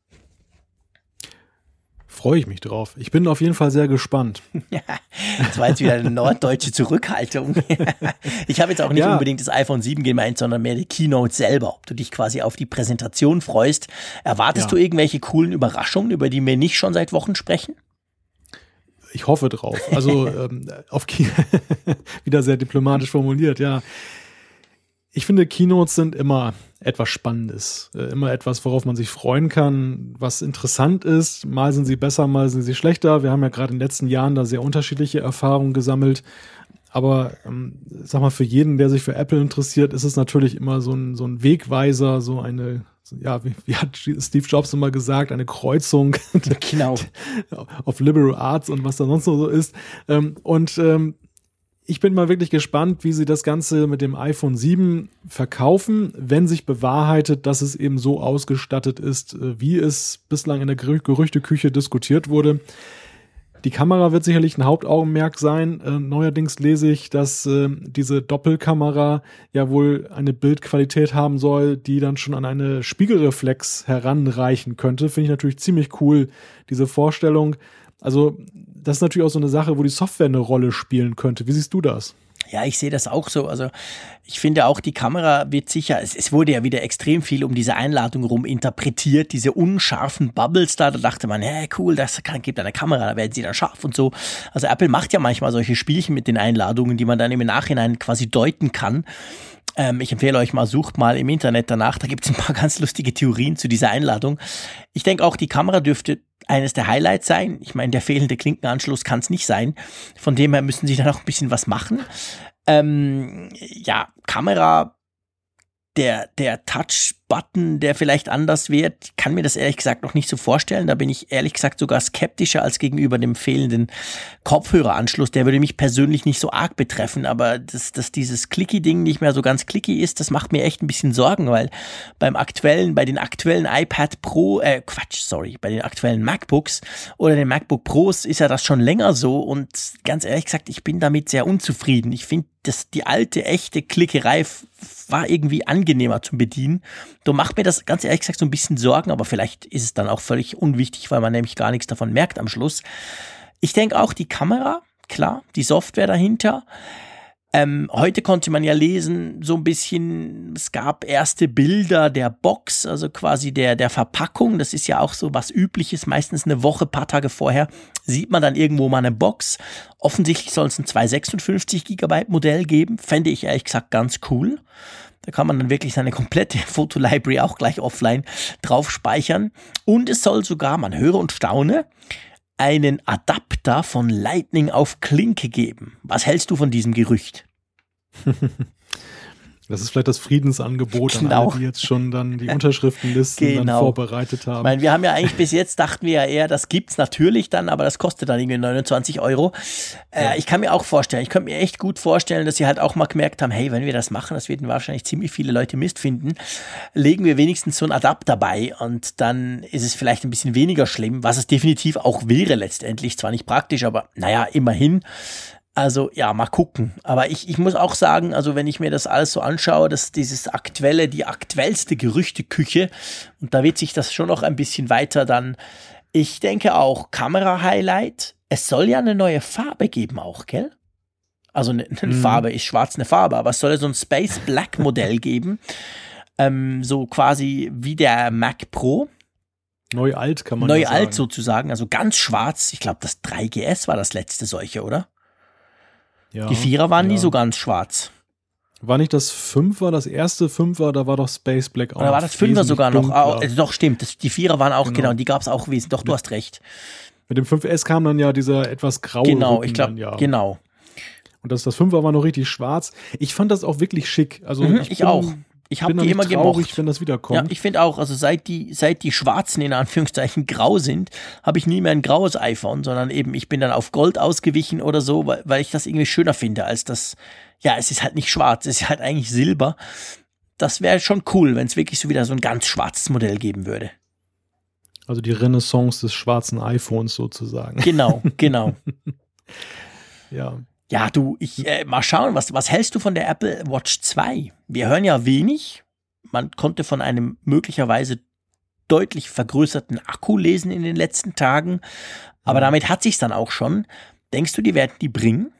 Freue ich mich drauf. Ich bin auf jeden Fall sehr gespannt. Ja, das war jetzt wieder eine norddeutsche Zurückhaltung. Ich habe jetzt auch nicht unbedingt das iPhone 7 gemeint, sondern mehr die Keynote selber. Ob du dich quasi auf die Präsentation freust. Erwartest du irgendwelche coolen Überraschungen, über die wir nicht schon seit Wochen sprechen? Ich hoffe drauf. Also wieder sehr diplomatisch formuliert, ja. Ich finde, Keynotes sind immer etwas Spannendes, immer etwas, worauf man sich freuen kann, was interessant ist. Mal sind sie besser, mal sind sie schlechter. Wir haben ja gerade in den letzten Jahren da sehr unterschiedliche Erfahrungen gesammelt. Aber sag mal, für jeden, der sich für Apple interessiert, ist es natürlich immer so ein Wegweiser, so eine, ja, wie hat Steve Jobs immer gesagt, eine Kreuzung genau. auf Liberal Arts und was da sonst noch so ist. Ich bin mal wirklich gespannt, wie sie das Ganze mit dem iPhone 7 verkaufen, wenn sich bewahrheitet, dass es eben so ausgestattet ist, wie es bislang in der Gerüchteküche diskutiert wurde. Die Kamera wird sicherlich ein Hauptaugenmerk sein. Neuerdings lese ich, dass diese Doppelkamera ja wohl eine Bildqualität haben soll, die dann schon an eine Spiegelreflex heranreichen könnte. Finde ich natürlich ziemlich cool, diese Vorstellung. Also das ist natürlich auch so eine Sache, wo die Software eine Rolle spielen könnte. Wie siehst du das? Ja, ich sehe das auch so. Also ich finde auch, die Kamera wird sicher, es wurde ja wieder extrem viel um diese Einladung rum interpretiert, diese unscharfen Bubbles da dachte man, hey, cool, gibt eine Kamera, da werden sie dann scharf und so. Also Apple macht ja manchmal solche Spielchen mit den Einladungen, die man dann im Nachhinein quasi deuten kann. Ich empfehle euch mal, sucht mal im Internet danach, da gibt es ein paar ganz lustige Theorien zu dieser Einladung. Ich denke auch, die Kamera dürfte eines der Highlights sein. Ich meine, der fehlende Klinkenanschluss kann es nicht sein. Von dem her müssen sie dann auch ein bisschen was machen. Kamera, der Touch-Button, der vielleicht anders wird, ich kann mir das ehrlich gesagt noch nicht so vorstellen. Da bin ich ehrlich gesagt sogar skeptischer als gegenüber dem fehlenden Kopfhöreranschluss. Der würde mich persönlich nicht so arg betreffen, aber dass dieses Clicky-Ding nicht mehr so ganz clicky ist, das macht mir echt ein bisschen Sorgen, weil bei den aktuellen iPad Pro, bei den aktuellen MacBooks oder den MacBook Pros ist ja das schon länger so und ganz ehrlich gesagt, ich bin damit sehr unzufrieden. Ich finde, die alte, echte Klickerei war irgendwie angenehmer zum Bedienen. Da macht mir das ganz ehrlich gesagt so ein bisschen Sorgen, aber vielleicht ist es dann auch völlig unwichtig, weil man nämlich gar nichts davon merkt am Schluss. Ich denke auch die Kamera, klar, die Software dahinter. Heute konnte man ja lesen, so ein bisschen, es gab erste Bilder der Box, also quasi der Verpackung. Das ist ja auch so was Übliches, meistens eine Woche, paar Tage vorher sieht man dann irgendwo mal eine Box. Offensichtlich soll es ein 256 GB Modell geben, fände ich ehrlich gesagt ganz cool. Da kann man dann wirklich seine komplette Fotolibrary auch gleich offline drauf speichern. Und es soll sogar, man höre und staune, einen Adapter von Lightning auf Klinke geben. Was hältst du von diesem Gerücht? Das ist vielleicht das Friedensangebot an alle, die jetzt schon dann die Unterschriftenlisten dann vorbereitet haben. Ich meine, wir haben ja eigentlich bis jetzt, dachten wir ja eher, das gibt's natürlich dann, aber das kostet dann irgendwie 29 €. Ich kann mir auch vorstellen, ich könnte mir echt gut vorstellen, dass sie halt auch mal gemerkt haben, hey, wenn wir das machen, das werden wahrscheinlich ziemlich viele Leute Mist finden, legen wir wenigstens so einen Adapter bei und dann ist es vielleicht ein bisschen weniger schlimm, was es definitiv auch wäre letztendlich. Zwar nicht praktisch, aber naja, immerhin. Also ja, mal gucken. Aber ich muss auch sagen, also wenn ich mir das alles so anschaue, dass die aktuellste Gerüchteküche, und da wird sich das schon noch ein bisschen weiter dann, ich denke auch Kamera-Highlight, es soll ja eine neue Farbe geben auch, gell? Also eine Farbe ist schwarz eine Farbe, aber es soll ja so ein Space Black Modell geben, so quasi wie der Mac Pro. Neu-alt kann man sagen. Neu-alt sozusagen, also ganz schwarz. Ich glaube, das 3GS war das letzte solche, oder? Ja, die Vierer waren nie so ganz schwarz. War nicht das Fünfer, das erste Fünfer, da war doch Space Black auch. Oder war das Fünfer sogar noch? Doch, stimmt. Die Vierer waren auch, genau, die gab es auch wesentlich. Doch, du hast recht. Mit dem 5S kam dann ja dieser etwas graue Genau, ich glaube, genau. Und das Fünfer war noch richtig schwarz. Ich fand das auch wirklich schick. Also ich auch. Ich habe die immer gemocht, wenn das wiederkommt. Ja, ich finde auch, also seit die Schwarzen in Anführungszeichen grau sind, habe ich nie mehr ein graues iPhone, sondern eben ich bin dann auf Gold ausgewichen oder so, weil ich das irgendwie schöner finde als das, ja, es ist halt nicht schwarz, es ist halt eigentlich Silber. Das wäre schon cool, wenn es wirklich so wieder so ein ganz schwarzes Modell geben würde. Also die Renaissance des schwarzen iPhones sozusagen. Genau. Ja. Ja, du, mal schauen, was hältst du von der Apple Watch 2? Wir hören ja wenig. Man konnte von einem möglicherweise deutlich vergrößerten Akku lesen in den letzten Tagen. Aber damit hat sich's dann auch schon. Denkst du, die werden die bringen?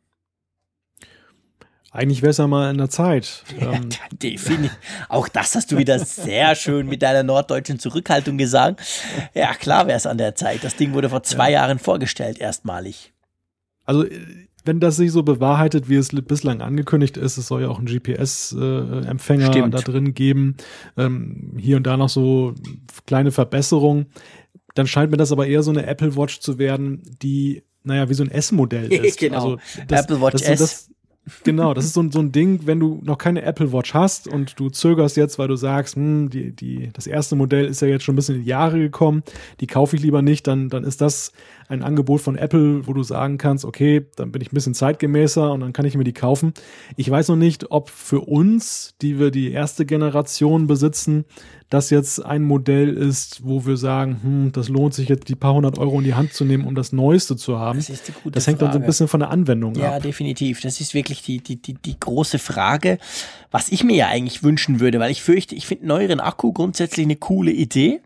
Eigentlich wäre es ja mal in der Zeit. Ja, definitiv. Auch das hast du wieder sehr schön mit deiner norddeutschen Zurückhaltung gesagt. Ja, klar wäre es an der Zeit. Das Ding wurde vor 2 Jahren vorgestellt, erstmalig. Also wenn das sich so bewahrheitet, wie es bislang angekündigt ist, es soll ja auch einen GPS-Empfänger da drin geben, hier und da noch so kleine Verbesserungen, dann scheint mir das aber eher so eine Apple Watch zu werden, die, naja, wie so ein S-Modell ist. Genau, also Apple Watch S. Genau, das ist so ein Ding, wenn du noch keine Apple Watch hast und du zögerst jetzt, weil du sagst, das erste Modell ist ja jetzt schon ein bisschen in die Jahre gekommen, die kaufe ich lieber nicht, dann ist das ein Angebot von Apple, wo du sagen kannst, okay, dann bin ich ein bisschen zeitgemäßer und dann kann ich mir die kaufen. Ich weiß noch nicht, ob für uns, die wir die erste Generation besitzen, das jetzt ein Modell ist, wo wir sagen, das lohnt sich jetzt, die paar 100 € in die Hand zu nehmen, um das Neueste zu haben. Das ist die gute Das hängt Frage. dann so ein bisschen von der Anwendung ab. Ja, definitiv. Das ist wirklich die große Frage, was ich mir ja eigentlich wünschen würde, weil ich fürchte, ich finde neueren Akku grundsätzlich eine coole Idee.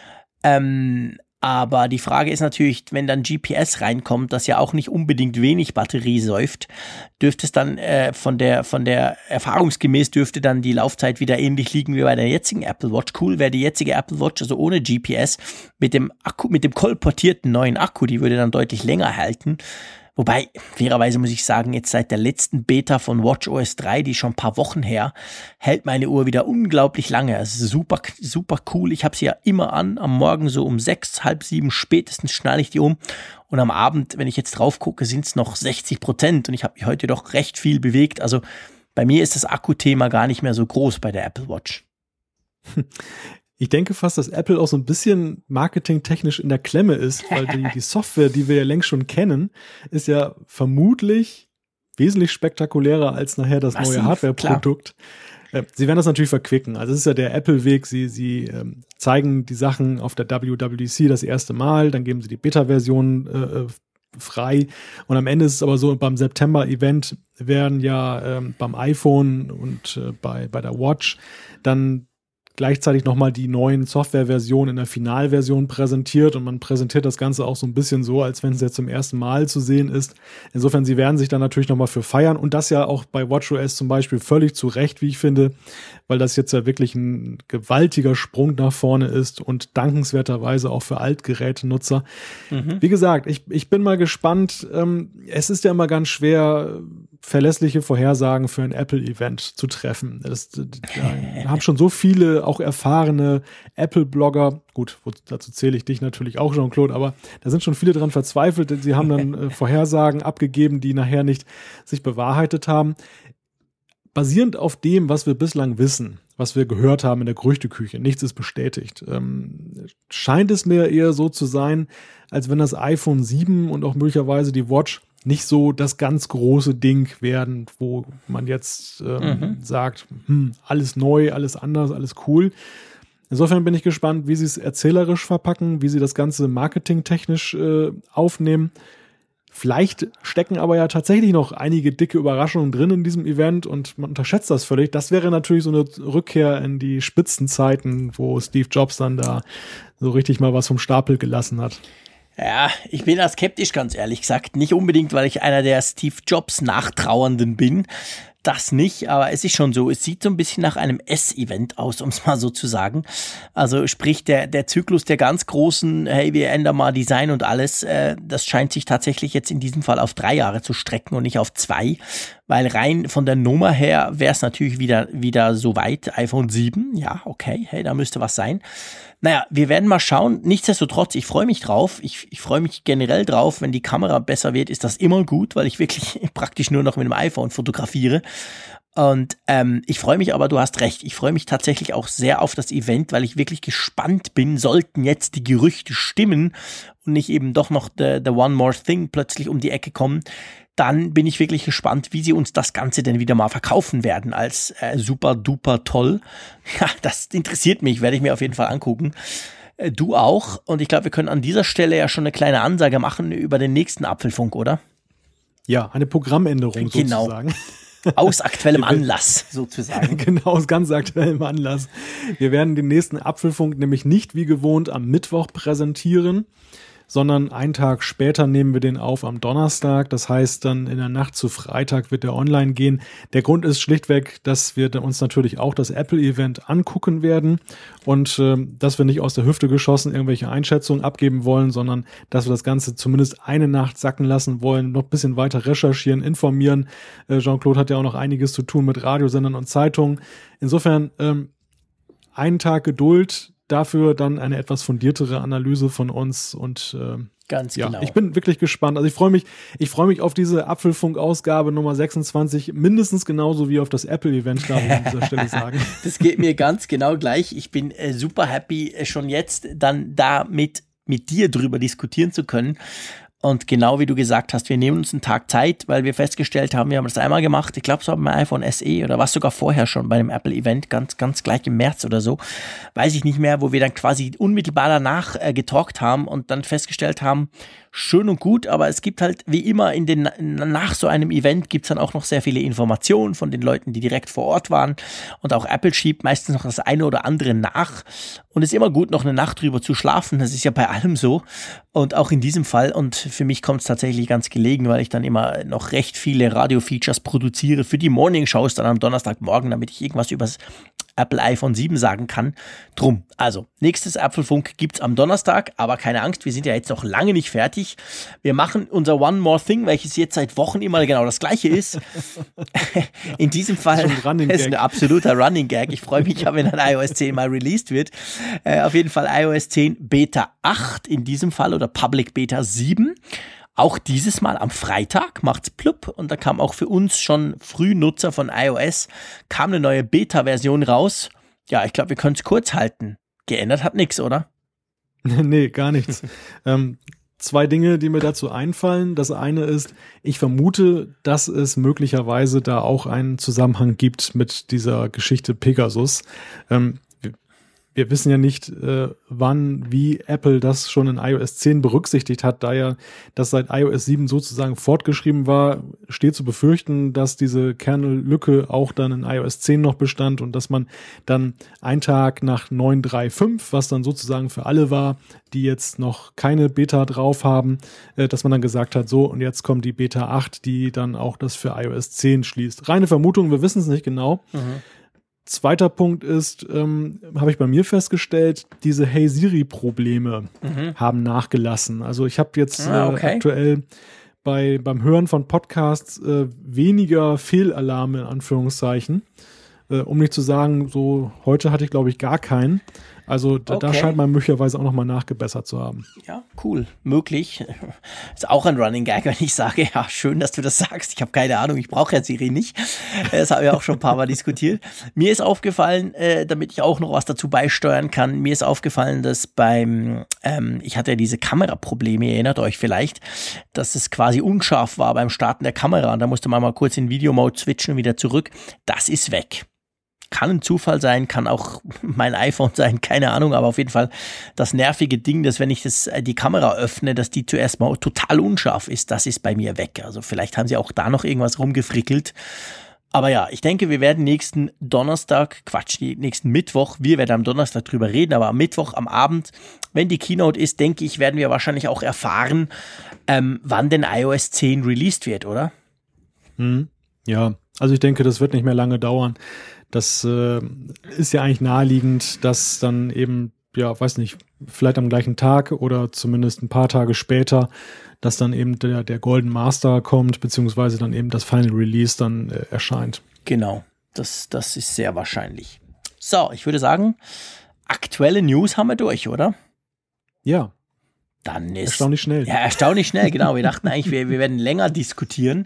Aber die Frage ist natürlich, wenn dann GPS reinkommt, das ja auch nicht unbedingt wenig Batterie säuft, dürfte es dann von der erfahrungsgemäß dürfte dann die Laufzeit wieder ähnlich liegen wie bei der jetzigen Apple Watch. Cool wäre die jetzige Apple Watch, also ohne GPS, mit dem Akku, mit dem kolportierten neuen Akku, die würde dann deutlich länger halten. Wobei, fairerweise muss ich sagen, jetzt seit der letzten Beta von WatchOS 3, die ist schon ein paar Wochen her, hält meine Uhr wieder unglaublich lange. Also super, super cool. Ich habe sie ja immer an, am Morgen so um 6, halb 7 spätestens schnalle ich die um. Und am Abend, wenn ich jetzt drauf gucke, sind es noch 60% und ich habe mich heute doch recht viel bewegt. Also bei mir ist das Akkuthema gar nicht mehr so groß bei der Apple Watch. Ich denke fast, dass Apple auch so ein bisschen marketingtechnisch in der Klemme ist, weil die Software, die wir ja längst schon kennen, ist ja vermutlich wesentlich spektakulärer als nachher das neue Hardware-Produkt. Sie werden das natürlich verquicken. Also es ist ja der Apple-Weg. Sie zeigen die Sachen auf der WWDC das erste Mal, dann geben sie die Beta-Version frei. Und am Ende ist es aber so, beim September-Event werden ja beim iPhone und bei der Watch dann gleichzeitig nochmal die neuen Softwareversionen in der Finalversion präsentiert und man präsentiert das Ganze auch so ein bisschen so, als wenn es jetzt zum ersten Mal zu sehen ist. Insofern, sie werden sich dann natürlich nochmal für feiern und das ja auch bei WatchOS zum Beispiel völlig zu Recht, wie ich finde, weil das jetzt ja wirklich ein gewaltiger Sprung nach vorne ist und dankenswerterweise auch für Altgerätenutzer. Wie gesagt, ich bin mal gespannt. Es ist ja immer ganz schwer, verlässliche Vorhersagen für ein Apple-Event zu treffen. Da haben schon so viele auch erfahrene Apple-Blogger, gut, dazu zähle ich dich natürlich auch, Jean-Claude, aber da sind schon viele dran verzweifelt, denn sie haben dann Vorhersagen abgegeben, die nachher nicht sich bewahrheitet haben. Basierend auf dem, was wir bislang wissen, was wir gehört haben in der Gerüchteküche, nichts ist bestätigt, scheint es mir eher so zu sein, als wenn das iPhone 7 und auch möglicherweise die Watch nicht so das ganz große Ding werden, wo man jetzt sagt, alles neu, alles anders, alles cool. Insofern bin ich gespannt, wie sie es erzählerisch verpacken, wie sie das Ganze marketingtechnisch aufnehmen. Vielleicht stecken aber ja tatsächlich noch einige dicke Überraschungen drin in diesem Event und man unterschätzt das völlig. Das wäre natürlich so eine Rückkehr in die Spitzenzeiten, wo Steve Jobs dann da so richtig mal was vom Stapel gelassen hat. Ja, ich bin da skeptisch, ganz ehrlich gesagt. Nicht unbedingt, weil ich einer der Steve Jobs Nachtrauernden bin. Das nicht, aber es ist schon so, es sieht so ein bisschen nach einem S-Event aus, um es mal so zu sagen. Also sprich, der Zyklus der ganz großen, hey, wir ändern mal Design und alles, das scheint sich tatsächlich jetzt in diesem Fall auf 3 Jahre zu strecken und nicht auf 2, weil rein von der Nummer her wäre es natürlich wieder so weit, iPhone 7, ja, okay, hey, da müsste was sein. Naja, wir werden mal schauen. Nichtsdestotrotz, ich freue mich drauf. Ich freue mich generell drauf. Wenn die Kamera besser wird, ist das immer gut, weil ich wirklich praktisch nur noch mit dem iPhone fotografiere. Und ich freue mich aber, du hast recht, ich freue mich tatsächlich auch sehr auf das Event, weil ich wirklich gespannt bin, sollten jetzt die Gerüchte stimmen und nicht eben doch noch the One More Thing plötzlich um die Ecke kommen. Dann bin ich wirklich gespannt, wie sie uns das Ganze denn wieder mal verkaufen werden als super duper toll. Ja, das interessiert mich, werde ich mir auf jeden Fall angucken. Du auch. Und ich glaube, wir können an dieser Stelle ja schon eine kleine Ansage machen über den nächsten Apfelfunk, oder? Ja, eine Programmänderung sozusagen. Aus aktuellem Anlass sozusagen. Genau, aus ganz aktuellem Anlass. Wir werden den nächsten Apfelfunk nämlich nicht wie gewohnt am Mittwoch präsentieren, sondern einen Tag später nehmen wir den auf am Donnerstag. Das heißt, dann in der Nacht zu Freitag wird der online gehen. Der Grund ist schlichtweg, dass wir uns natürlich auch das Apple-Event angucken werden und dass wir nicht aus der Hüfte geschossen irgendwelche Einschätzungen abgeben wollen, sondern dass wir das Ganze zumindest eine Nacht sacken lassen wollen, noch ein bisschen weiter recherchieren, informieren. Jean-Claude hat ja auch noch einiges zu tun mit Radiosendern und Zeitungen. Insofern einen Tag Geduld, dafür dann eine etwas fundiertere Analyse von uns und ganz genau. Ich bin wirklich gespannt. Also ich freue mich auf diese Apfelfunk-Ausgabe Nummer 26 mindestens genauso wie auf das Apple-Event, darf ich an dieser Stelle sagen. Das geht mir ganz genau gleich. Ich bin super happy, schon jetzt dann da mit dir drüber diskutieren zu können. Und genau wie du gesagt hast, wir nehmen uns einen Tag Zeit, weil wir festgestellt haben, wir haben das einmal gemacht, ich glaube, es war beim iPhone SE oder was sogar vorher schon bei dem Apple-Event, ganz gleich im März oder so, weiß ich nicht mehr, wo wir dann quasi unmittelbar danach getalkt haben und dann festgestellt haben, schön und gut, aber es gibt halt wie immer nach so einem Event gibt es dann auch noch sehr viele Informationen von den Leuten, die direkt vor Ort waren und auch Apple schiebt meistens noch das eine oder andere nach und es ist immer gut, noch eine Nacht drüber zu schlafen, das ist ja bei allem so und auch in diesem Fall und für mich kommt es tatsächlich ganz gelegen, weil ich dann immer noch recht viele Radio-Features produziere für die Morning-Shows dann am Donnerstagmorgen, damit ich irgendwas über das Apple iPhone 7 sagen kann. Drum, also, nächstes Apfelfunk gibt's am Donnerstag, aber keine Angst, wir sind ja jetzt noch lange nicht fertig. Wir machen unser One More Thing, welches jetzt seit Wochen immer genau das gleiche ist. In diesem Fall ist ein absoluter Running Gag. Ich freue mich ja, wenn ein iOS 10 mal released wird. Auf jeden Fall iOS 10 Beta 8 in diesem Fall oder Public Beta 7. Auch dieses Mal am Freitag macht's plupp und da kam auch für uns schon Frühnutzer von iOS, kam eine neue Beta-Version raus. Ja, ich glaube, wir können es kurz halten. Geändert hat nichts, oder? Nee, gar nichts. 2 Dinge, die mir dazu einfallen. Das eine ist, ich vermute, dass es möglicherweise da auch einen Zusammenhang gibt mit dieser Geschichte Pegasus. wir wissen ja nicht, wann, wie Apple das schon in iOS 10 berücksichtigt hat, da ja das seit iOS 7 sozusagen fortgeschrieben war, steht zu befürchten, dass diese Kernel-Lücke auch dann in iOS 10 noch bestand und dass man dann einen Tag nach 9.3.5, was dann sozusagen für alle war, die jetzt noch keine Beta drauf haben, dass man dann gesagt hat, so, und jetzt kommt die Beta 8, die dann auch das für iOS 10 schließt. Reine Vermutung, wir wissen es nicht genau. Zweiter Punkt ist, habe ich bei mir festgestellt, diese Hey Siri-Probleme haben nachgelassen. Also ich habe jetzt aktuell beim Hören von Podcasts weniger Fehlalarme in Anführungszeichen. Um nicht zu sagen, so heute hatte ich glaube ich gar keinen. Also da scheint man möglicherweise auch nochmal nachgebessert zu haben. Ja, cool. Möglich. Ist auch ein Running Gag, wenn ich sage, ja, schön, dass du das sagst. Ich habe keine Ahnung, ich brauche ja Siri nicht. Das haben wir auch schon ein paar Mal diskutiert. Mir ist aufgefallen, damit ich auch noch was dazu beisteuern kann, mir ist aufgefallen, dass ich hatte ja diese Kameraprobleme, ihr erinnert euch vielleicht, dass es quasi unscharf war beim Starten der Kamera und da musste man mal kurz in Videomode switchen und wieder zurück. Das ist weg. Kann ein Zufall sein, kann auch mein iPhone sein, keine Ahnung, aber auf jeden Fall das nervige Ding, dass wenn ich die Kamera öffne, dass die zuerst mal total unscharf ist, das ist bei mir weg. Also vielleicht haben sie auch da noch irgendwas rumgefrickelt. Aber ja, ich denke, wir werden nächsten Mittwoch, wir werden am Donnerstag drüber reden, aber am Mittwoch, am Abend, wenn die Keynote ist, denke ich, werden wir wahrscheinlich auch erfahren, wann denn iOS 10 released wird, oder? Ja, also ich denke, das wird nicht mehr lange dauern. Das ist ja eigentlich naheliegend, dass dann eben, ja, weiß nicht, vielleicht am gleichen Tag oder zumindest ein paar Tage später, dass dann eben der Golden Master kommt, beziehungsweise dann eben das Final Release dann erscheint. Genau, das ist sehr wahrscheinlich. So, ich würde sagen, aktuelle News haben wir durch, oder? Ja. Dann ist erstaunlich schnell. Ja, erstaunlich schnell, genau. Wir dachten eigentlich, wir werden länger diskutieren.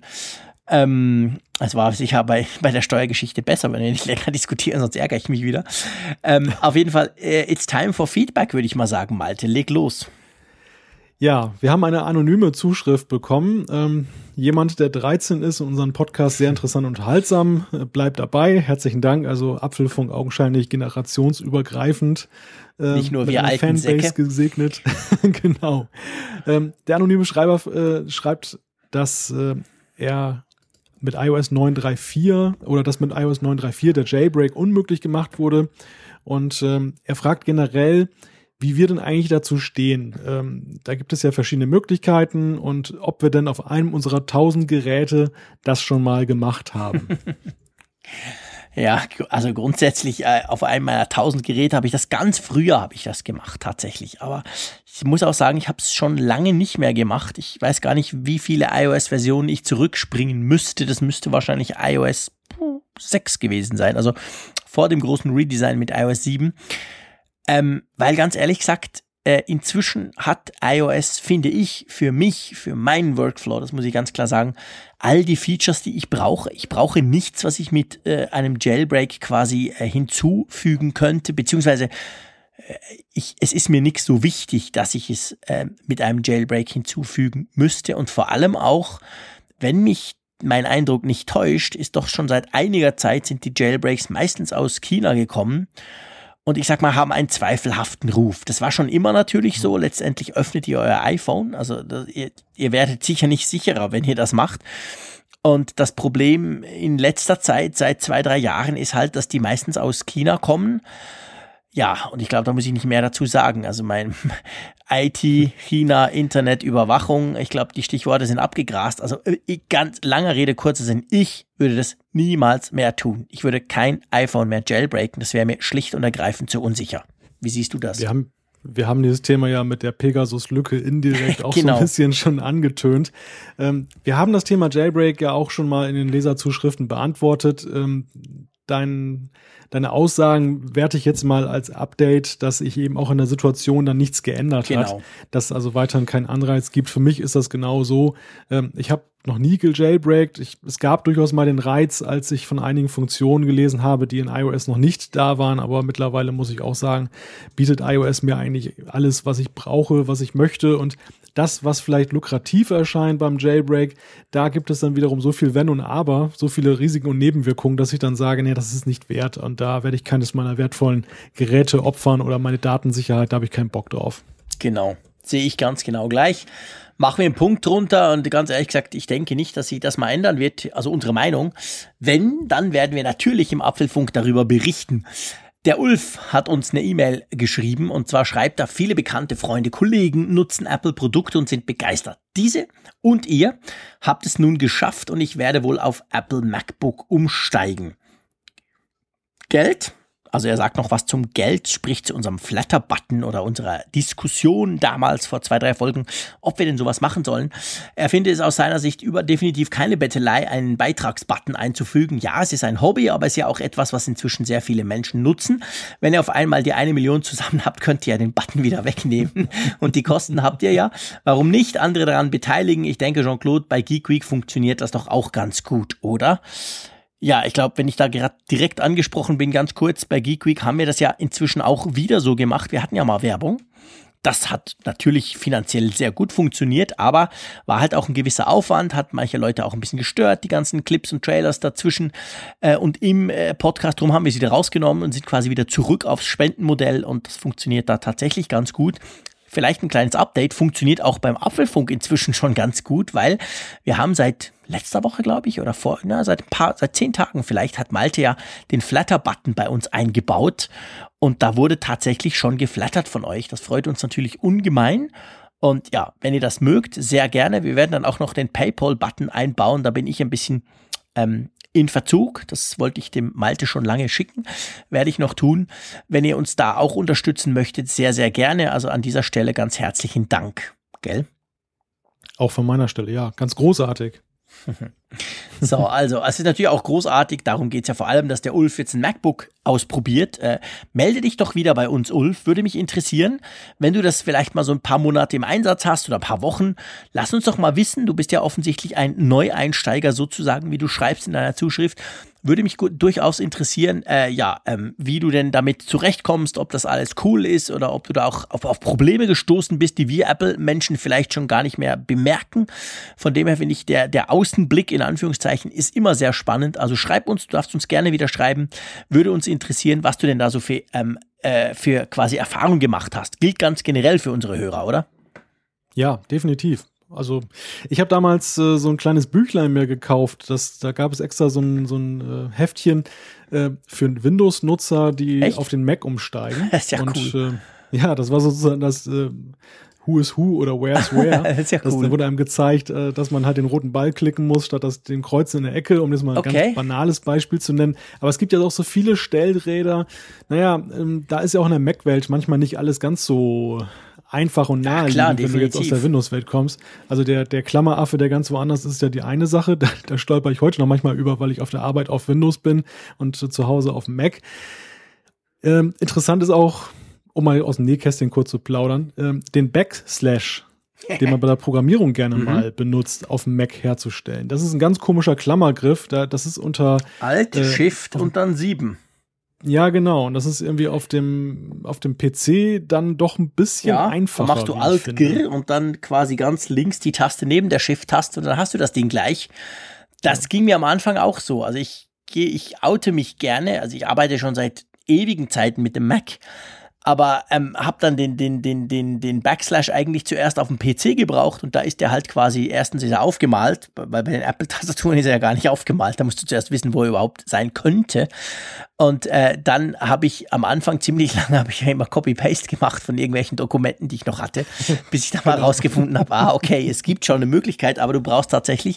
Es war sicher bei der Steuergeschichte besser, wenn wir nicht länger diskutieren, sonst ärgere ich mich wieder. Auf jeden Fall, it's time for feedback, würde ich mal sagen, Malte. Leg los. Ja, wir haben eine anonyme Zuschrift bekommen. Jemand, der 13 ist und unseren Podcast sehr interessant und unterhaltsam, bleibt dabei. Herzlichen Dank. Also Apfelfunk augenscheinlich generationsübergreifend. Nicht nur wir alten Fanbase Säcke. Gesegnet. Genau. Der anonyme Schreiber schreibt, dass er mit iOS 9.3.4 oder dass mit iOS 9.3.4 der Jailbreak unmöglich gemacht wurde. Und er fragt generell, wie wir denn eigentlich dazu stehen. Da gibt es ja verschiedene Möglichkeiten und ob wir denn auf einem unserer 1000 Geräte das schon mal gemacht haben. Ja, also grundsätzlich auf einem meiner 1000 Geräte habe ich das gemacht tatsächlich. Aber ich muss auch sagen, ich habe es schon lange nicht mehr gemacht. Ich weiß gar nicht, wie viele iOS-Versionen ich zurückspringen müsste. Das müsste wahrscheinlich iOS 6 gewesen sein, also vor dem großen Redesign mit iOS 7. Weil ganz ehrlich gesagt, inzwischen hat iOS, finde ich, für mich, für meinen Workflow, das muss ich ganz klar sagen, all die Features, die ich brauche. Ich brauche nichts, was ich mit einem Jailbreak quasi hinzufügen könnte, beziehungsweise es ist mir nicht so wichtig, dass ich es mit einem Jailbreak hinzufügen müsste. Und vor allem auch, wenn mich mein Eindruck nicht täuscht, ist doch schon seit einiger Zeit sind die Jailbreaks meistens aus China gekommen. Und ich sag mal, haben einen zweifelhaften Ruf. Das war schon immer natürlich so. Letztendlich öffnet ihr euer iPhone. Also ihr werdet sicher nicht sicherer, wenn ihr das macht. Und das Problem in letzter Zeit, seit 2-3 Jahren, ist halt, dass die meistens aus China kommen. Ja, und ich glaube, da muss ich nicht mehr dazu sagen. Also mein IT, China, Internet, Überwachung, ich glaube, die Stichworte sind abgegrast. Also ganz langer Rede, kurzer Sinn, ich würde das niemals mehr tun. Ich würde kein iPhone mehr jailbreaken. Das wäre mir schlicht und ergreifend zu unsicher. Wie siehst du das? Wir haben dieses Thema ja mit der Pegasus-Lücke indirekt auch genau. So ein bisschen schon angetönt. Wir haben das Thema Jailbreak ja auch schon mal in den Leserzuschriften beantwortet. Deine Aussagen werte ich jetzt mal als Update, dass ich eben auch in der Situation dann nichts geändert hat, dass also weiterhin keinen Anreiz gibt. Für mich ist das genau so. Ich habe noch nie gejailbreakt. Es gab durchaus mal den Reiz, als ich von einigen Funktionen gelesen habe, die in iOS noch nicht da waren, aber mittlerweile muss ich auch sagen, bietet iOS mir eigentlich alles, was ich brauche, was ich möchte, und das, was vielleicht lukrativ erscheint beim Jailbreak, da gibt es dann wiederum so viel Wenn und Aber, so viele Risiken und Nebenwirkungen, dass ich dann sage, nee, das ist nicht wert, und da werde ich keines meiner wertvollen Geräte opfern oder meine Datensicherheit, da habe ich keinen Bock drauf. Genau, sehe ich ganz genau gleich. Machen wir einen Punkt drunter, und ganz ehrlich gesagt, ich denke nicht, dass sich das mal ändern wird, also unsere Meinung. Wenn, dann werden wir natürlich im Apfelfunk darüber berichten. Der Ulf hat uns eine E-Mail geschrieben, und zwar schreibt er: Viele bekannte Freunde, Kollegen nutzen Apple-Produkte und sind begeistert. Diese und ihr habt es nun geschafft, und ich werde wohl auf Apple MacBook umsteigen. Geld? Also er sagt noch was zum Geld, spricht zu unserem Flatter-Button oder unserer Diskussion damals vor 2-3 Folgen, ob wir denn sowas machen sollen. Er findet es aus seiner Sicht definitiv keine Bettelei, einen Beitragsbutton einzufügen. Ja, es ist ein Hobby, aber es ist ja auch etwas, was inzwischen sehr viele Menschen nutzen. Wenn ihr auf einmal die 1 Million zusammen habt, könnt ihr ja den Button wieder wegnehmen. Und die Kosten habt ihr ja. Warum nicht andere daran beteiligen? Ich denke, Jean-Claude, bei Geek Week funktioniert das doch auch ganz gut, oder? Ja, ich glaube, wenn ich da gerade direkt angesprochen bin, ganz kurz, bei Geek Week haben wir das ja inzwischen auch wieder so gemacht. Wir hatten ja mal Werbung. Das hat natürlich finanziell sehr gut funktioniert, aber war halt auch ein gewisser Aufwand, hat manche Leute auch ein bisschen gestört, die ganzen Clips und Trailers dazwischen. Und im Podcast drum haben wir sie wieder rausgenommen und sind quasi wieder zurück aufs Spendenmodell, und das funktioniert da tatsächlich ganz gut. Vielleicht ein kleines Update, funktioniert auch beim Apfelfunk inzwischen schon ganz gut, weil wir haben seit letzter Woche, glaube ich, oder seit 10 Tagen vielleicht, hat Malte ja den Flatter-Button bei uns eingebaut, und da wurde tatsächlich schon geflattert von euch. Das freut uns natürlich ungemein. Und ja, wenn ihr das mögt, sehr gerne. Wir werden dann auch noch den PayPal-Button einbauen, da bin ich ein bisschen in Verzug. Das wollte ich dem Malte schon lange schicken. Werde ich noch tun. Wenn ihr uns da auch unterstützen möchtet, sehr, sehr gerne. Also an dieser Stelle ganz herzlichen Dank. Gell? Auch von meiner Stelle, ja. Ganz großartig. So, also es ist natürlich auch großartig, darum geht es ja vor allem, dass der Ulf jetzt ein MacBook ausprobiert. Melde dich doch wieder bei uns, Ulf, würde mich interessieren, wenn du das vielleicht mal so ein paar Monate im Einsatz hast oder ein paar Wochen, lass uns doch mal wissen, du bist ja offensichtlich ein Neueinsteiger sozusagen, wie du schreibst in deiner Zuschrift. Würde mich durchaus interessieren, wie du denn damit zurechtkommst, ob das alles cool ist oder ob du da auch auf Probleme gestoßen bist, die wir Apple-Menschen vielleicht schon gar nicht mehr bemerken. Von dem her finde ich, der Außenblick in Anführungszeichen ist immer sehr spannend. Also schreib uns, du darfst uns gerne wieder schreiben. Würde uns interessieren, was du denn da so für quasi Erfahrung gemacht hast. Gilt ganz generell für unsere Hörer, oder? Ja, definitiv. Also ich habe damals so ein kleines Büchlein mir gekauft. Da gab es extra so ein Heftchen für Windows-Nutzer, die Echt? auf den Mac umsteigen. Das ist ja cool. Das war sozusagen das Who is Who oder Where's Where. Das ist ja cool. Da wurde einem gezeigt, dass man halt den roten Ball klicken muss, statt den Kreuz in der Ecke, um jetzt mal ein ganz banales Beispiel zu nennen. Aber es gibt ja auch so viele Stellräder. Da ist ja auch in der Mac-Welt manchmal nicht alles ganz so einfach und naheliegend, wenn du jetzt aus der Windows-Welt kommst. Also der Klammeraffe, der ganz woanders ist, ja die eine Sache. Da stolper ich heute noch manchmal über, weil ich auf der Arbeit auf Windows bin und zu Hause auf Mac. Interessant ist auch, um mal aus dem Nähkästchen kurz zu plaudern, den Backslash, den man bei der Programmierung gerne mal benutzt, auf dem Mac herzustellen. Das ist ein ganz komischer Klammergriff. Das ist unter Alt, Shift und dann 7. Ja, genau. Und das ist irgendwie auf dem PC dann doch ein bisschen einfacher. Dann machst du Alt G und dann quasi ganz links die Taste neben der Shift-Taste, und dann hast du das Ding gleich. Das ging mir am Anfang auch so. Also ich oute mich gerne. Also ich arbeite schon seit ewigen Zeiten mit dem Mac. Aber habe dann den Backslash eigentlich zuerst auf dem PC gebraucht, und da ist der halt quasi, erstens ist er aufgemalt, weil bei den Apple-Tastaturen ist er ja gar nicht aufgemalt, da musst du zuerst wissen, wo er überhaupt sein könnte. Und dann habe ich am Anfang ziemlich lange immer Copy-Paste gemacht von irgendwelchen Dokumenten, die ich noch hatte, bis ich dann mal rausgefunden habe, okay, es gibt schon eine Möglichkeit, aber du brauchst tatsächlich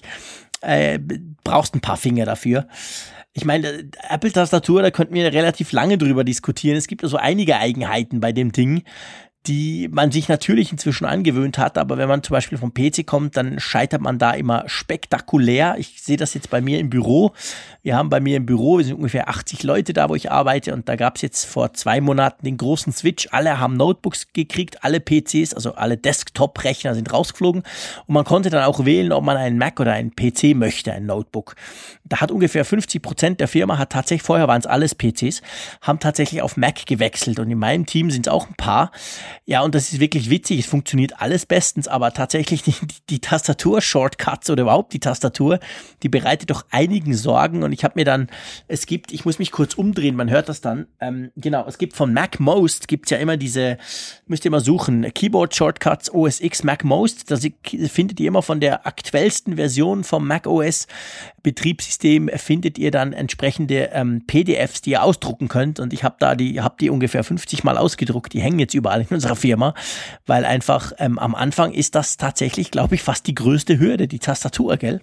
ein paar Finger dafür. Ich meine, Apple-Tastatur, da könnten wir relativ lange drüber diskutieren. Es gibt also einige Eigenheiten bei dem Ding, die man sich natürlich inzwischen angewöhnt hat, aber wenn man zum Beispiel vom PC kommt, dann scheitert man da immer spektakulär. Ich sehe das jetzt bei mir im Büro. Wir sind ungefähr 80 Leute da, wo ich arbeite, und da gab es jetzt vor 2 Monaten den großen Switch. Alle haben Notebooks gekriegt, alle PCs, also alle Desktop-Rechner sind rausgeflogen, und man konnte dann auch wählen, ob man einen Mac oder einen PC möchte, ein Notebook. Da hat ungefähr 50% der Firma, vorher waren es alles PCs, haben tatsächlich auf Mac gewechselt, und in meinem Team sind es auch ein paar. Ja, und das ist wirklich witzig, es funktioniert alles bestens, aber tatsächlich die Tastatur-Shortcuts oder überhaupt die Tastatur, die bereitet doch einigen Sorgen, und ich habe mir dann, ich muss mich kurz umdrehen, man hört das dann, es gibt von MacMost, gibt's ja immer müsst ihr mal suchen, Keyboard-Shortcuts OS X MacMost, das findet ihr immer von der aktuellsten Version vom macOS Betriebssystem, findet ihr dann entsprechende PDFs, die ihr ausdrucken könnt, und ich habe die ungefähr 50 Mal ausgedruckt, die hängen jetzt überall in unserer Firma, weil einfach am Anfang ist das tatsächlich, glaube ich, fast die größte Hürde, die Tastatur, gell?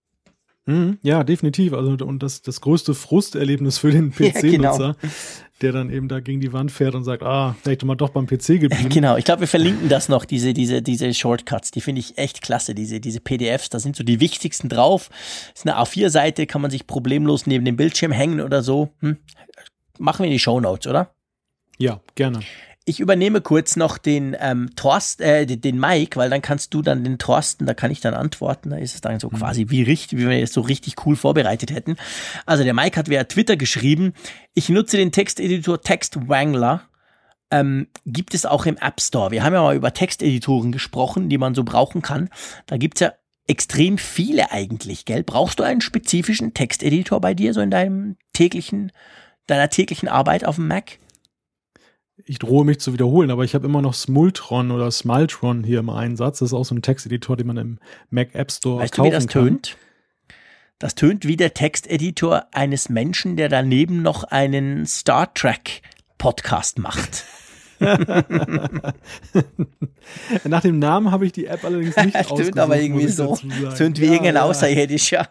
Ja, definitiv. Also, und das größte Frusterlebnis für den PC-Nutzer, der dann eben da gegen die Wand fährt und sagt, vielleicht mal doch beim PC geblieben. Genau, ich glaube, wir verlinken das noch, diese Shortcuts, die finde ich echt klasse, diese PDFs, da sind so die wichtigsten drauf. Das ist eine A4-Seite, kann man sich problemlos neben dem Bildschirm hängen oder so. Machen wir in die Shownotes, oder? Ja, gerne. Ich übernehme kurz noch den Mike, weil dann kannst du dann den Thorsten, da kann ich dann antworten, da ist es dann so quasi wie wir es so richtig cool vorbereitet hätten. Also der Mike hat via Twitter geschrieben, ich nutze den Texteditor Textwrangler, gibt es auch im App Store. Wir haben ja mal über Texteditoren gesprochen, die man so brauchen kann. Da gibt's ja extrem viele eigentlich, gell? Brauchst du einen spezifischen Texteditor bei dir, so in deiner täglichen Arbeit auf dem Mac? Ich drohe mich zu wiederholen, aber ich habe immer noch Smultron oder Smultron hier im Einsatz. Das ist auch so ein Texteditor, den man im Mac App Store kaufen kann. Weißt du, wie das tönt? Das tönt wie der Texteditor eines Menschen, der daneben noch einen Star Trek Podcast macht. Nach dem Namen habe ich die App allerdings nicht ausgesucht. Tönt aber irgendwie so. Tönt wie irgendein Außerirdischer.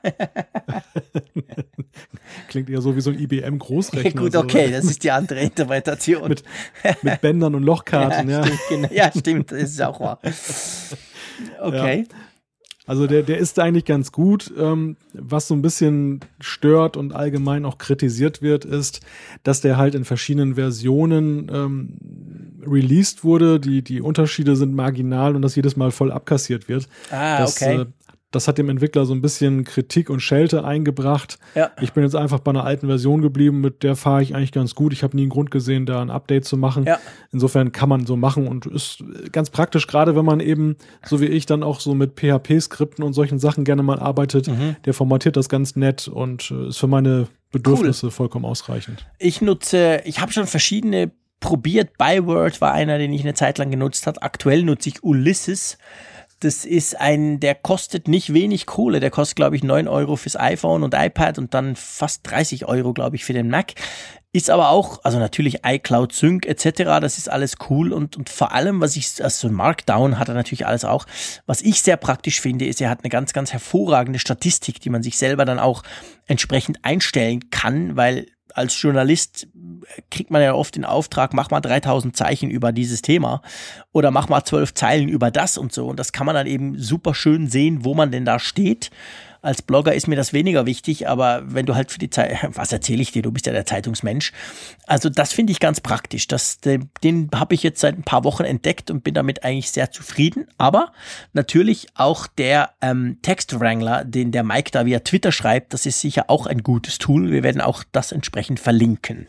Klingt eher so wie so ein IBM-Großrechner. Gut, okay, das ist die andere Interpretation. mit Bändern und Lochkarten, ja. Stimmt, genau. Ja, stimmt, das ist auch wahr. Okay. Ja. Also der ist eigentlich ganz gut. Was so ein bisschen stört und allgemein auch kritisiert wird, ist, dass der halt in verschiedenen Versionen released wurde. Die Unterschiede sind marginal und dass jedes Mal voll abkassiert wird. Okay. Das hat dem Entwickler so ein bisschen Kritik und Schelte eingebracht. Ja. Ich bin jetzt einfach bei einer alten Version geblieben, mit der fahre ich eigentlich ganz gut. Ich habe nie einen Grund gesehen, da ein Update zu machen. Ja. Insofern kann man so machen und ist ganz praktisch, gerade wenn man eben, so wie ich, dann auch so mit PHP-Skripten und solchen Sachen gerne mal arbeitet. Der formatiert das ganz nett und ist für meine Bedürfnisse vollkommen ausreichend. Ich habe schon verschiedene probiert. Byword war einer, den ich eine Zeit lang genutzt habe. Aktuell nutze ich Ulysses. Das ist der kostet nicht wenig Kohle. Der kostet, glaube ich, 9 Euro fürs iPhone und iPad und dann fast 30 Euro, glaube ich, für den Mac. Ist aber auch, also natürlich iCloud Sync etc., das ist alles cool und vor allem, so ein Markdown hat er natürlich alles auch. Was ich sehr praktisch finde, ist, er hat eine ganz, ganz hervorragende Statistik, die man sich selber dann auch entsprechend einstellen kann, weil als Journalist kriegt man ja oft den Auftrag, mach mal 3000 Zeichen über dieses Thema oder mach mal 12 Zeilen über das und so. Und das kann man dann eben super schön sehen, wo man denn da steht. Als Blogger ist mir das weniger wichtig, aber wenn du halt für die Zeit, was erzähle ich dir, du bist ja der Zeitungsmensch. Also das finde ich ganz praktisch. Den habe ich jetzt seit ein paar Wochen entdeckt und bin damit eigentlich sehr zufrieden. Aber natürlich auch der Textwrangler, den der Mike da via Twitter schreibt, das ist sicher auch ein gutes Tool. Wir werden auch das entsprechend verlinken.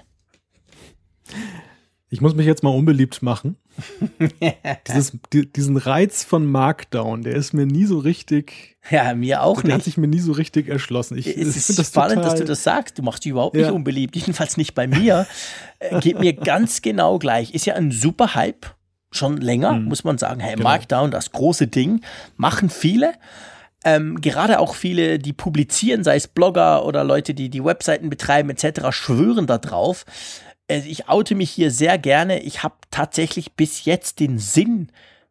Ich muss mich jetzt mal unbeliebt machen. Diesen Reiz von Markdown, der ist mir nie so richtig. Ja, mir auch nicht. Der hat sich mir nie so richtig erschlossen. Es ist spannend, dass du das sagst. Du machst dich überhaupt nicht unbeliebt. Jedenfalls nicht bei mir. Geht mir ganz genau gleich. Ist ja ein super Hype. Schon länger, muss man sagen. Hey, genau. Markdown, das große Ding. Machen viele. Gerade auch viele, die publizieren, sei es Blogger oder Leute, die Webseiten betreiben etc., schwören da drauf. Ich oute mich hier sehr gerne. Ich habe tatsächlich bis jetzt den Sinn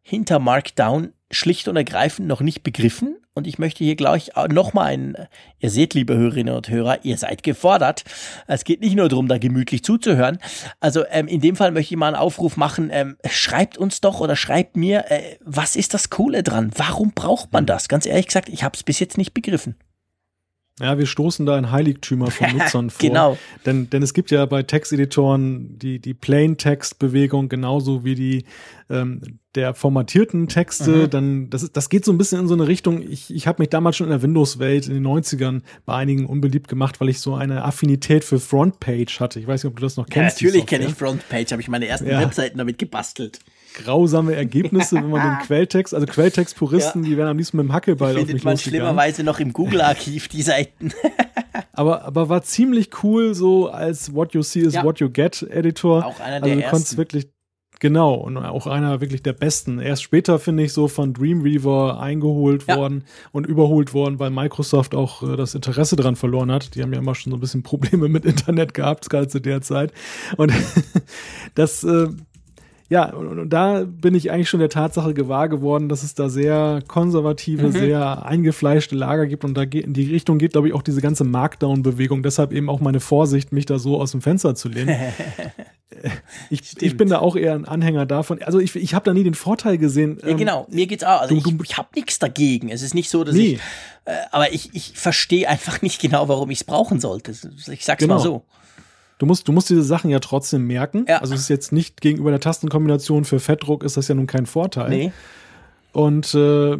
hinter Markdown schlicht und ergreifend noch nicht begriffen. Und ich möchte hier gleich nochmal ihr seht, liebe Hörerinnen und Hörer, ihr seid gefordert. Es geht nicht nur darum, da gemütlich zuzuhören. Also in dem Fall möchte ich mal einen Aufruf machen, schreibt uns doch oder schreibt mir, was ist das Coole dran? Warum braucht man das? Ganz ehrlich gesagt, ich habe es bis jetzt nicht begriffen. Ja, wir stoßen da in Heiligtümer von Nutzern vor. Genau. Denn es gibt ja bei Texteditoren die Plain-Text-Bewegung genauso wie der formatierten Texte. Dann das geht so ein bisschen in so eine Richtung. Ich habe mich damals schon in der Windows-Welt in den 90ern bei einigen unbeliebt gemacht, weil ich so eine Affinität für Frontpage hatte. Ich weiß nicht, ob du das noch kennst. Ja, natürlich kenne ich Frontpage, habe ich meine ersten Webseiten damit gebastelt. Grausame Ergebnisse, wenn man den Quelltext, also Quelltext-Puristen, die werden am liebsten mit dem Hackebeil auf mich losgegangen. Findet man schlimmerweise noch im Google-Archiv, die Seiten. aber war ziemlich cool, so als What You See is What You Get Editor. Auch einer der ersten. Wirklich, genau, und auch einer wirklich der besten. Erst später, finde ich, so von Dreamweaver eingeholt worden und überholt worden, weil Microsoft auch das Interesse daran verloren hat. Die haben ja immer schon so ein bisschen Probleme mit Internet gehabt, gerade zu der Zeit. Und das und da bin ich eigentlich schon der Tatsache gewahr geworden, dass es da sehr konservative, sehr eingefleischte Lager gibt und da in die Richtung geht, glaube ich, auch diese ganze Markdown-Bewegung. Deshalb eben auch meine Vorsicht, mich da so aus dem Fenster zu lehnen. Ich bin da auch eher ein Anhänger davon. Also ich habe da nie den Vorteil gesehen. Ja, genau, mir geht's auch. Also ich habe nichts dagegen. Es ist nicht so, dass aber ich verstehe einfach nicht genau, warum ich es brauchen sollte. Ich sag's mal so. Du musst diese Sachen ja trotzdem merken. Ja. Also es ist jetzt nicht gegenüber der Tastenkombination für Fettdruck ist das ja nun kein Vorteil. Nee. Und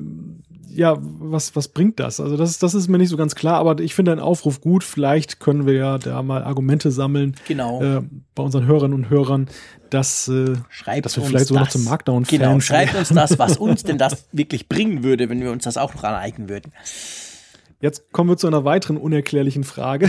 was bringt das? Also das ist mir nicht so ganz klar, aber ich finde einen Aufruf gut. Vielleicht können wir ja da mal Argumente sammeln bei unseren Hörerinnen und Hörern, dass wir vielleicht sogar noch zum Markdown fahren. Genau, schreibt uns das, was uns denn das wirklich bringen würde, wenn wir uns das auch noch aneignen würden. Jetzt kommen wir zu einer weiteren unerklärlichen Frage.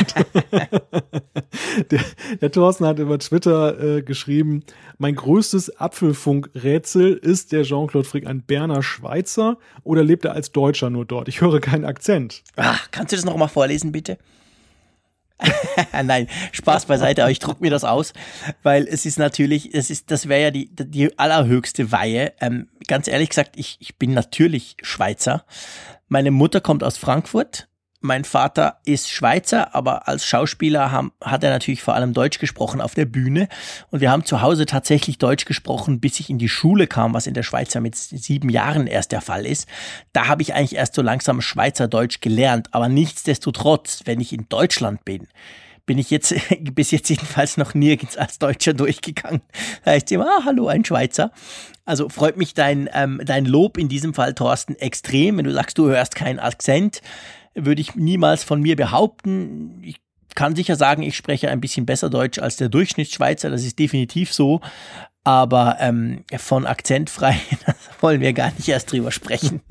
Der Thorsten hat über Twitter geschrieben, mein größtes Apfelfunk-Rätsel, ist der Jean-Claude Frick ein Berner Schweizer oder lebt er als Deutscher nur dort? Ich höre keinen Akzent. Kannst du das noch mal vorlesen, bitte? Nein, Spaß beiseite, aber ich druck mir das aus, weil es ist natürlich, das wäre ja die allerhöchste Weihe. Ganz ehrlich gesagt, ich bin natürlich Schweizer. Meine Mutter kommt aus Frankfurt. Mein Vater ist Schweizer, aber als Schauspieler hat er natürlich vor allem Deutsch gesprochen auf der Bühne. Und wir haben zu Hause tatsächlich Deutsch gesprochen, bis ich in die Schule kam, was in der Schweiz ja mit 7 Jahren erst der Fall ist. Da habe ich eigentlich erst so langsam Schweizerdeutsch gelernt. Aber nichtsdestotrotz, wenn ich in Deutschland bin ich jetzt bis jetzt jedenfalls noch nirgends als Deutscher durchgegangen. Da heißt es immer, hallo, ein Schweizer. Also freut mich dein Lob in diesem Fall, Thorsten, extrem. Wenn du sagst, du hörst keinen Akzent, würde ich niemals von mir behaupten. Ich kann sicher sagen, ich spreche ein bisschen besser Deutsch als der Durchschnittsschweizer, das ist definitiv so. Aber von akzentfrei wollen wir gar nicht erst drüber sprechen.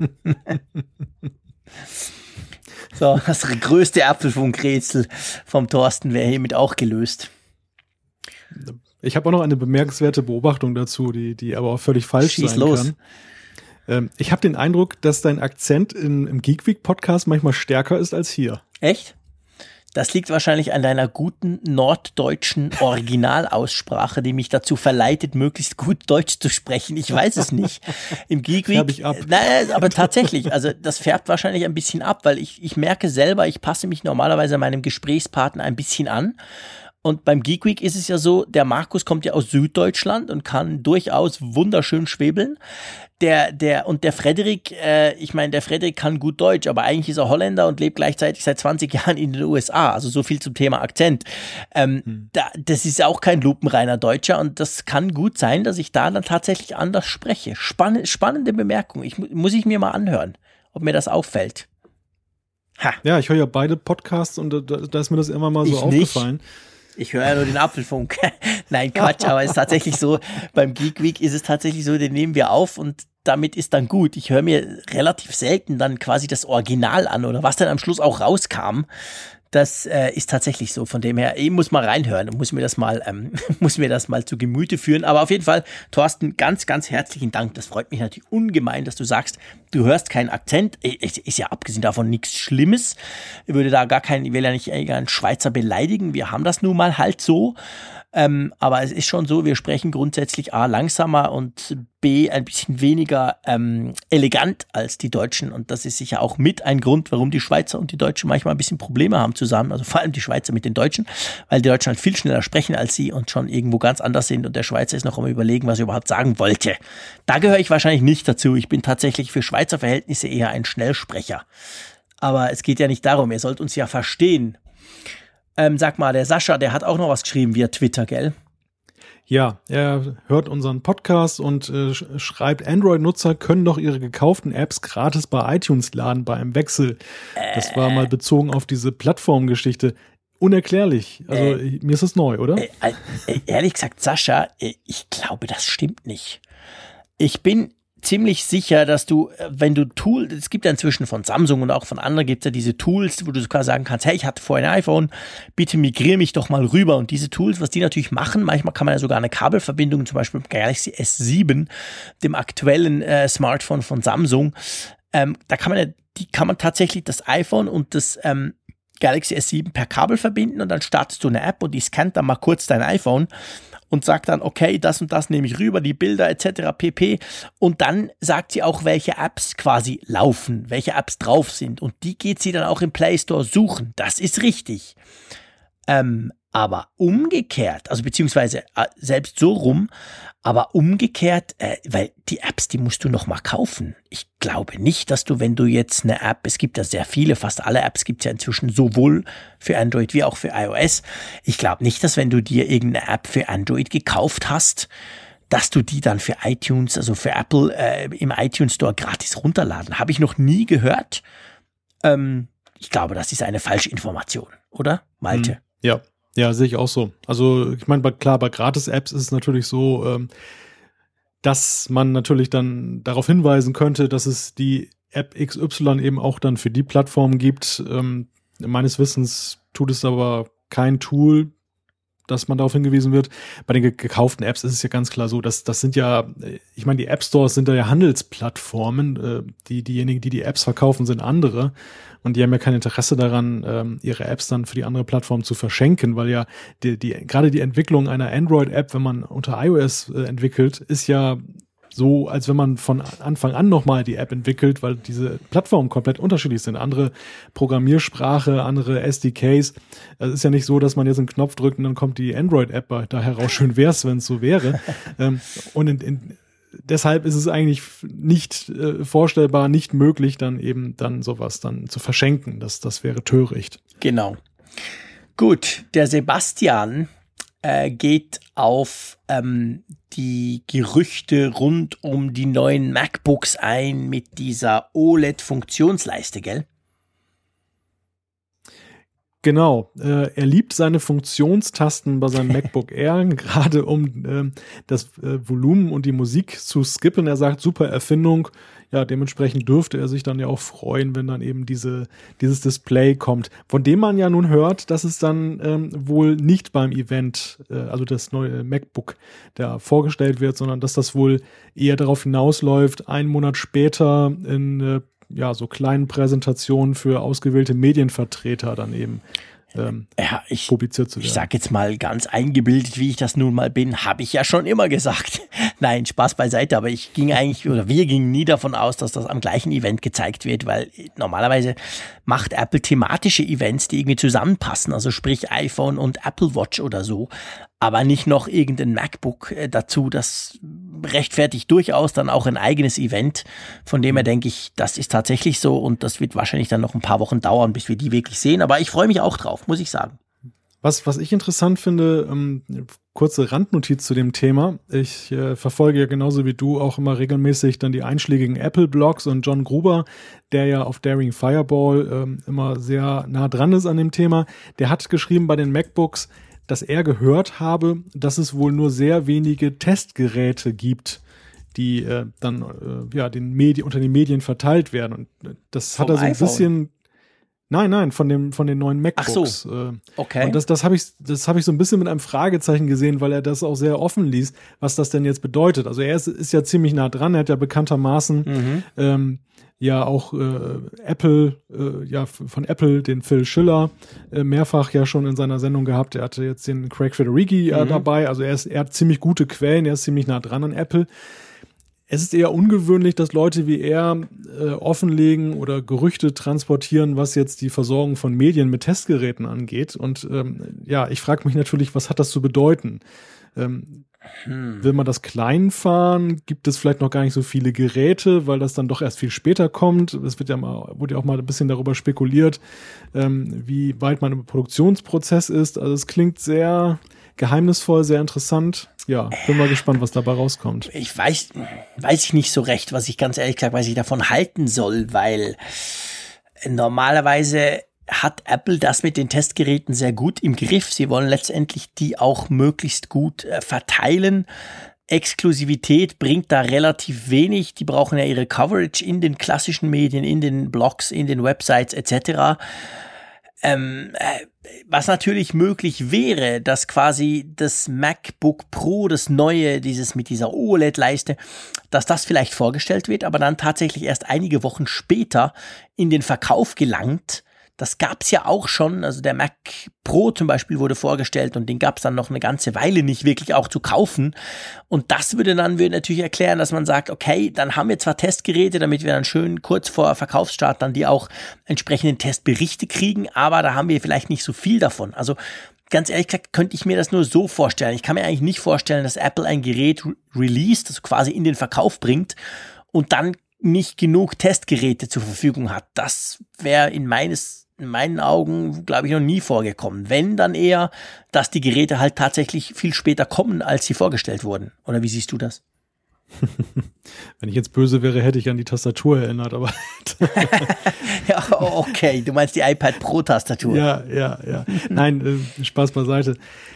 So, das größte Apfelfunkrätsel vom Thorsten wäre hiermit auch gelöst. Ich habe auch noch eine bemerkenswerte Beobachtung dazu, die aber auch völlig falsch sein kann. Ich habe den Eindruck, dass dein Akzent im Geek Week Podcast manchmal stärker ist als hier. Echt? Das liegt wahrscheinlich an deiner guten norddeutschen Originalaussprache, die mich dazu verleitet, möglichst gut Deutsch zu sprechen. Ich weiß es nicht. Im Geek Week. Färb ich ab. Nein, aber tatsächlich, also das färbt wahrscheinlich ein bisschen ab, weil ich merke selber, ich passe mich normalerweise meinem Gesprächspartner ein bisschen an. Und beim Geek Week ist es ja so, der Markus kommt ja aus Süddeutschland und kann durchaus wunderschön schwebeln. Der Frederik, der Frederik kann gut Deutsch, aber eigentlich ist er Holländer und lebt gleichzeitig seit 20 Jahren in den USA. Also so viel zum Thema Akzent. Das ist ja auch kein lupenreiner Deutscher und das kann gut sein, dass ich da dann tatsächlich anders spreche. Spannende Bemerkung. Muss ich mir mal anhören, ob mir das auffällt. Ja, ich höre ja beide Podcasts und da ist mir das immer mal so aufgefallen. Nicht. Ich höre ja nur den Apfelfunk. Nein, Quatsch, aber es ist tatsächlich so, beim Geek Week ist es tatsächlich so, den nehmen wir auf und damit ist dann gut. Ich höre mir relativ selten dann quasi das Original an oder was dann am Schluss auch rauskam. Das ist tatsächlich so. Von dem her, ich muss mal reinhören und muss mir das mal zu Gemüte führen. Aber auf jeden Fall, Thorsten, ganz, ganz herzlichen Dank. Das freut mich natürlich ungemein, dass du sagst, du hörst keinen Akzent. Ist ja abgesehen davon nichts Schlimmes. Ich will ja nicht einen Schweizer beleidigen. Wir haben das nun mal halt so. Aber es ist schon so, wir sprechen grundsätzlich A, langsamer und B, ein bisschen weniger elegant als die Deutschen. Und das ist sicher auch mit ein Grund, warum die Schweizer und die Deutschen manchmal ein bisschen Probleme haben zusammen. Also vor allem die Schweizer mit den Deutschen, weil die Deutschen halt viel schneller sprechen als sie und schon irgendwo ganz anders sind. Und der Schweizer ist noch am Überlegen, was er überhaupt sagen wollte. Da gehöre ich wahrscheinlich nicht dazu. Ich bin tatsächlich für Schweizer Verhältnisse eher ein Schnellsprecher. Aber es geht ja nicht darum, ihr sollt uns ja verstehen. Sag mal, der Sascha, der hat auch noch was geschrieben via Twitter, gell? Ja, er hört unseren Podcast und schreibt, Android-Nutzer können doch ihre gekauften Apps gratis bei iTunes laden bei einem Wechsel. Das war mal bezogen auf diese Plattformgeschichte. Unerklärlich. Also mir ist das neu, oder? Ehrlich gesagt, Sascha, ich glaube, das stimmt nicht. Ich bin ziemlich sicher, dass du, wenn du Tools, es gibt ja inzwischen von Samsung und auch von anderen gibt es ja diese Tools, wo du sogar sagen kannst, hey, ich hatte vorher ein iPhone, bitte migriere mich doch mal rüber. Und diese Tools, was die natürlich machen, manchmal kann man ja sogar eine Kabelverbindung, zum Beispiel mit Galaxy S7, dem aktuellen Smartphone von Samsung, da kann man ja, die kann man tatsächlich das iPhone und das Galaxy S7 per Kabel verbinden und dann startest du eine App und die scannt dann mal kurz dein iPhone und sagt dann, okay, das und das nehme ich rüber, die Bilder etc. pp. Und dann sagt sie auch, welche Apps quasi laufen, welche Apps drauf sind. Und die geht sie dann auch im Play Store suchen. Das ist richtig. Aber umgekehrt, also beziehungsweise selbst so rum, aber umgekehrt, weil die Apps, die musst du noch mal kaufen. Ich glaube nicht, dass du, wenn du jetzt eine App, es gibt ja sehr viele, fast alle Apps gibt es ja inzwischen sowohl für Android wie auch für iOS. Ich glaube nicht, dass wenn du dir irgendeine App für Android gekauft hast, dass du die dann für iTunes, also für Apple im iTunes Store gratis runterladen. Habe ich noch nie gehört. Ich glaube, das ist eine Falschinformation, oder, Malte? Ja. Ja, sehe ich auch so. Also ich meine, klar, bei Gratis-Apps ist es natürlich so, dass man natürlich dann darauf hinweisen könnte, dass es die App XY eben auch dann für die Plattform gibt. Meines Wissens tut es aber kein Tool, dass man darauf hingewiesen wird. Bei den gekauften Apps ist es ja ganz klar so, dass das sind ja, ich meine, die App Stores sind da ja Handelsplattformen. Diejenigen, die Apps verkaufen, sind andere. Und die haben ja kein Interesse daran, ihre Apps dann für die andere Plattform zu verschenken, weil ja gerade die Entwicklung einer Android-App, wenn man unter iOS entwickelt, ist ja so, als wenn man von Anfang an nochmal die App entwickelt, weil diese Plattformen komplett unterschiedlich sind. Andere Programmiersprache, andere SDKs. Es ist ja nicht so, dass man jetzt einen Knopf drückt und dann kommt die Android-App da heraus. Schön wär's, wenn es so wäre. Und deshalb ist es eigentlich nicht vorstellbar, nicht möglich, dann sowas dann zu verschenken. Das wäre töricht. Genau. Gut, der Sebastian geht auf die Gerüchte rund um die neuen MacBooks ein mit dieser OLED-Funktionsleiste, gell? Genau, er liebt seine Funktionstasten bei seinem MacBook Air, gerade um das Volumen und die Musik zu skippen. Er sagt, super Erfindung. Ja, dementsprechend dürfte er sich dann ja auch freuen, wenn dann eben dieses Display kommt, von dem man ja nun hört, dass es dann wohl nicht beim Event, also das neue MacBook, da vorgestellt wird, sondern dass das wohl eher darauf hinausläuft, einen Monat später in so kleinen Präsentationen für ausgewählte Medienvertreter dann eben publiziert zu werden. Ich sag jetzt mal ganz eingebildet, wie ich das nun mal bin, habe ich ja schon immer gesagt. Nein, Spaß beiseite, aber wir gingen nie davon aus, dass das am gleichen Event gezeigt wird, weil normalerweise macht Apple thematische Events, die irgendwie zusammenpassen, also sprich iPhone und Apple Watch oder so, aber nicht noch irgendein MacBook dazu. Das rechtfertigt durchaus dann auch ein eigenes Event. Von dem her denke ich, das ist tatsächlich so und das wird wahrscheinlich dann noch ein paar Wochen dauern, bis wir die wirklich sehen. Aber ich freue mich auch drauf, muss ich sagen. Was ich interessant finde, kurze Randnotiz zu dem Thema. Ich verfolge ja genauso wie du auch immer regelmäßig dann die einschlägigen Apple-Blogs und John Gruber, der ja auf Daring Fireball immer sehr nah dran ist an dem Thema. Der hat geschrieben bei den MacBooks, dass er gehört habe, dass es wohl nur sehr wenige Testgeräte gibt, die dann unter den Medien verteilt werden. Und das hat er so ein bisschen. Nein, von den neuen MacBooks. Ach so, okay. Und das habe ich so ein bisschen mit einem Fragezeichen gesehen, weil er das auch sehr offen ließ, was das denn jetzt bedeutet. Also er ist ja ziemlich nah dran, er hat ja bekanntermaßen ja auch Apple, von Apple, den Phil Schiller, mehrfach ja schon in seiner Sendung gehabt. Er hatte jetzt den Craig Federighi dabei, also er hat ziemlich gute Quellen, er ist ziemlich nah dran an Apple. Es ist eher ungewöhnlich, dass Leute wie er offenlegen oder Gerüchte transportieren, was jetzt die Versorgung von Medien mit Testgeräten angeht. Und ich frage mich natürlich, was hat das zu bedeuten? Will man das klein fahren? Gibt es vielleicht noch gar nicht so viele Geräte, weil das dann doch erst viel später kommt? Es wurde ja auch mal ein bisschen darüber spekuliert, wie weit man im Produktionsprozess ist. Also es klingt sehr geheimnisvoll, sehr interessant. Ja, bin mal gespannt, was dabei rauskommt. Ich weiß ich nicht so recht, was ich ganz ehrlich gesagt, was ich davon halten soll, weil normalerweise hat Apple das mit den Testgeräten sehr gut im Griff. Sie wollen letztendlich die auch möglichst gut verteilen. Exklusivität bringt da relativ wenig. Die brauchen ja ihre Coverage in den klassischen Medien, in den Blogs, in den Websites etc. Was natürlich möglich wäre, dass quasi das MacBook Pro, das neue, dieses mit dieser OLED-Leiste, dass das vielleicht vorgestellt wird, aber dann tatsächlich erst einige Wochen später in den Verkauf gelangt. Das gab's ja auch schon, also der Mac Pro zum Beispiel wurde vorgestellt und den gab's dann noch eine ganze Weile nicht wirklich auch zu kaufen. Und das würde natürlich erklären, dass man sagt, okay, dann haben wir zwar Testgeräte, damit wir dann schön kurz vor Verkaufsstart dann die auch entsprechenden Testberichte kriegen, aber da haben wir vielleicht nicht so viel davon. Also ganz ehrlich gesagt, könnte ich mir das nur so vorstellen. Ich kann mir eigentlich nicht vorstellen, dass Apple ein Gerät released, also quasi in den Verkauf bringt und dann nicht genug Testgeräte zur Verfügung hat. Das wäre in meinen Augen, glaube ich, noch nie vorgekommen. Wenn, dann eher, dass die Geräte halt tatsächlich viel später kommen, als sie vorgestellt wurden. Oder wie siehst du das? Wenn ich jetzt böse wäre, hätte ich an die Tastatur erinnert, aber ja, okay, du meinst die iPad Pro-Tastatur. Ja. Nein, Spaß beiseite.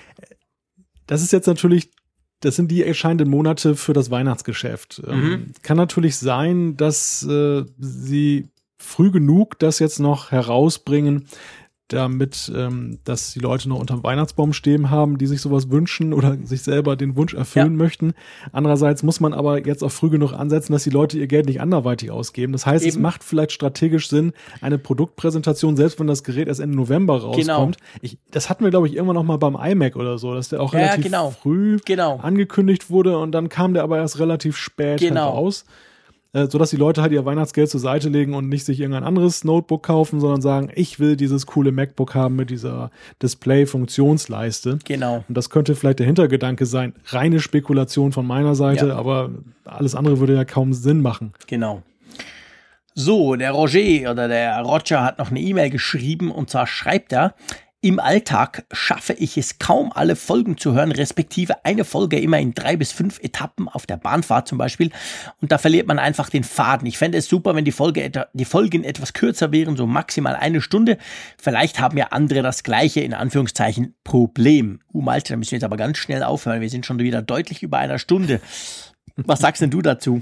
Das ist jetzt natürlich, das sind die erscheinenden Monate für das Weihnachtsgeschäft. Kann natürlich sein, dass sie früh genug das jetzt noch herausbringen, damit, dass die Leute noch unterm Weihnachtsbaum stehen haben, die sich sowas wünschen oder sich selber den Wunsch erfüllen möchten. Andererseits muss man aber jetzt auch früh genug ansetzen, dass die Leute ihr Geld nicht anderweitig ausgeben. Das heißt, es macht vielleicht strategisch Sinn, eine Produktpräsentation, selbst wenn das Gerät erst Ende November rauskommt. Genau. Das hatten wir, glaube ich, irgendwann noch mal beim iMac oder so, dass der auch relativ früh angekündigt wurde und dann kam der aber erst relativ spät raus. Sodass die Leute halt ihr Weihnachtsgeld zur Seite legen und nicht sich irgendein anderes Notebook kaufen, sondern sagen, ich will dieses coole MacBook haben mit dieser Display-Funktionsleiste. Genau. Und das könnte vielleicht der Hintergedanke sein. Reine Spekulation von meiner Seite, aber alles andere würde ja kaum Sinn machen. Genau. So, der Roger hat noch eine E-Mail geschrieben und zwar schreibt er: Im Alltag schaffe ich es kaum, alle Folgen zu hören, respektive eine Folge immer in 3 bis 5 Etappen auf der Bahnfahrt zum Beispiel. Und da verliert man einfach den Faden. Ich fände es super, wenn die Folgen etwas kürzer wären, so maximal 1 Stunde. Vielleicht haben ja andere das gleiche, in Anführungszeichen, Problem. Malte, da müssen wir jetzt aber ganz schnell aufhören. Wir sind schon wieder deutlich über 1 Stunde. Was sagst denn du dazu?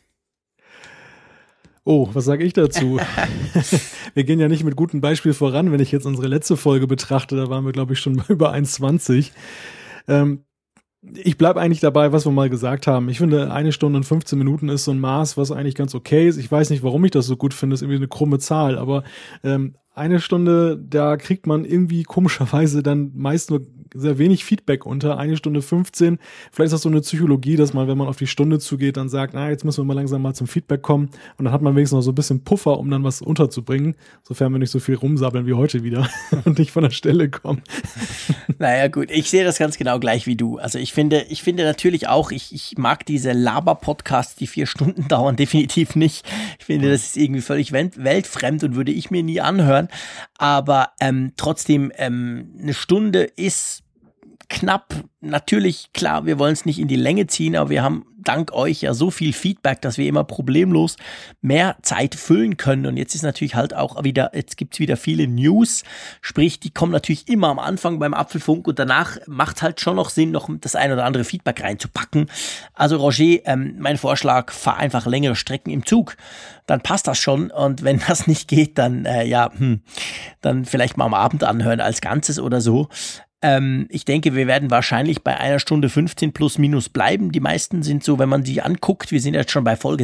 Oh, was sage ich dazu? Wir gehen ja nicht mit gutem Beispiel voran, wenn ich jetzt unsere letzte Folge betrachte, da waren wir, glaube ich, schon über 1,20. Ich bleibe eigentlich dabei, was wir mal gesagt haben. Ich finde, 1 Stunde und 15 Minuten ist so ein Maß, was eigentlich ganz okay ist. Ich weiß nicht, warum ich das so gut finde, ist irgendwie eine krumme Zahl, aber 1 Stunde, da kriegt man irgendwie komischerweise dann meist nur sehr wenig Feedback unter. 1 Stunde 15, vielleicht ist das so eine Psychologie, dass man, wenn man auf die Stunde zugeht, dann sagt, jetzt müssen wir mal langsam mal zum Feedback kommen und dann hat man wenigstens noch so ein bisschen Puffer, um dann was unterzubringen, sofern wir nicht so viel rumsabbeln wie heute wieder und nicht von der Stelle kommen. Naja gut, ich sehe das ganz genau gleich wie du. Also ich finde natürlich auch, ich mag diese Laber-Podcasts, die 4 Stunden dauern, definitiv nicht. Ich finde, das ist irgendwie völlig weltfremd und würde ich mir nie anhören. Aber trotzdem, 1 Stunde ist knapp. Natürlich, klar, wir wollen es nicht in die Länge ziehen, aber wir haben dank euch ja so viel Feedback, dass wir immer problemlos mehr Zeit füllen können. Und jetzt ist natürlich halt auch wieder, jetzt gibt's wieder viele News, sprich, die kommen natürlich immer am Anfang beim Apfelfunk und danach macht halt schon noch Sinn, noch das ein oder andere Feedback reinzupacken. Also Roger, mein Vorschlag, fahr einfach längere Strecken im Zug. Dann passt das schon. Und wenn das nicht geht, dann dann vielleicht mal am Abend anhören als Ganzes oder so. Ich denke, wir werden wahrscheinlich bei 1 Stunde 15 plus minus bleiben. Die meisten sind so, wenn man die anguckt, wir sind jetzt schon bei Folge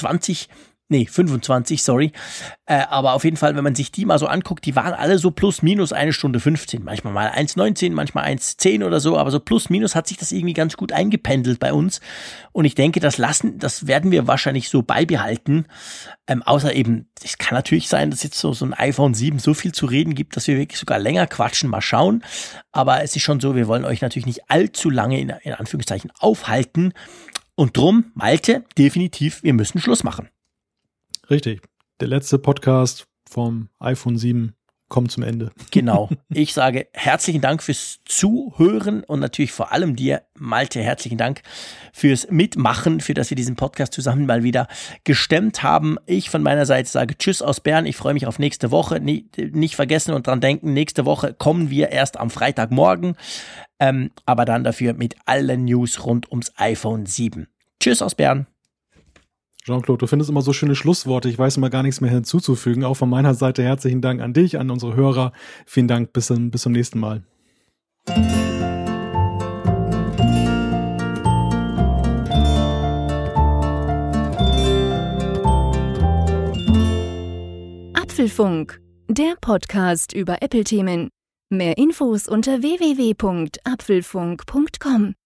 25, sorry. Aber auf jeden Fall, wenn man sich die mal so anguckt, die waren alle so plus minus 1 Stunde 15. Manchmal mal 1,19, manchmal 1,10 oder so. Aber so plus minus hat sich das irgendwie ganz gut eingependelt bei uns. Und ich denke, das werden wir wahrscheinlich so beibehalten. Außer eben, es kann natürlich sein, dass jetzt so ein iPhone 7 so viel zu reden gibt, dass wir wirklich sogar länger quatschen. Mal schauen. Aber es ist schon so, wir wollen euch natürlich nicht allzu lange in Anführungszeichen aufhalten. Und drum, Malte, definitiv, wir müssen Schluss machen. Richtig. Der letzte Podcast vom iPhone 7 kommt zum Ende. Genau. Ich sage herzlichen Dank fürs Zuhören und natürlich vor allem dir, Malte, herzlichen Dank fürs Mitmachen, für dass wir diesen Podcast zusammen mal wieder gestemmt haben. Ich von meiner Seite sage Tschüss aus Bern. Ich freue mich auf nächste Woche. Nicht vergessen und dran denken, nächste Woche kommen wir erst am Freitagmorgen, aber dann dafür mit allen News rund ums iPhone 7. Tschüss aus Bern. Jean-Claude, du findest immer so schöne Schlussworte. Ich weiß immer gar nichts mehr hinzuzufügen. Auch von meiner Seite herzlichen Dank an dich, an unsere Hörer. Vielen Dank, bis zum nächsten Mal. Apfelfunk, der Podcast über Apple-Themen. Mehr Infos unter www.apfelfunk.com.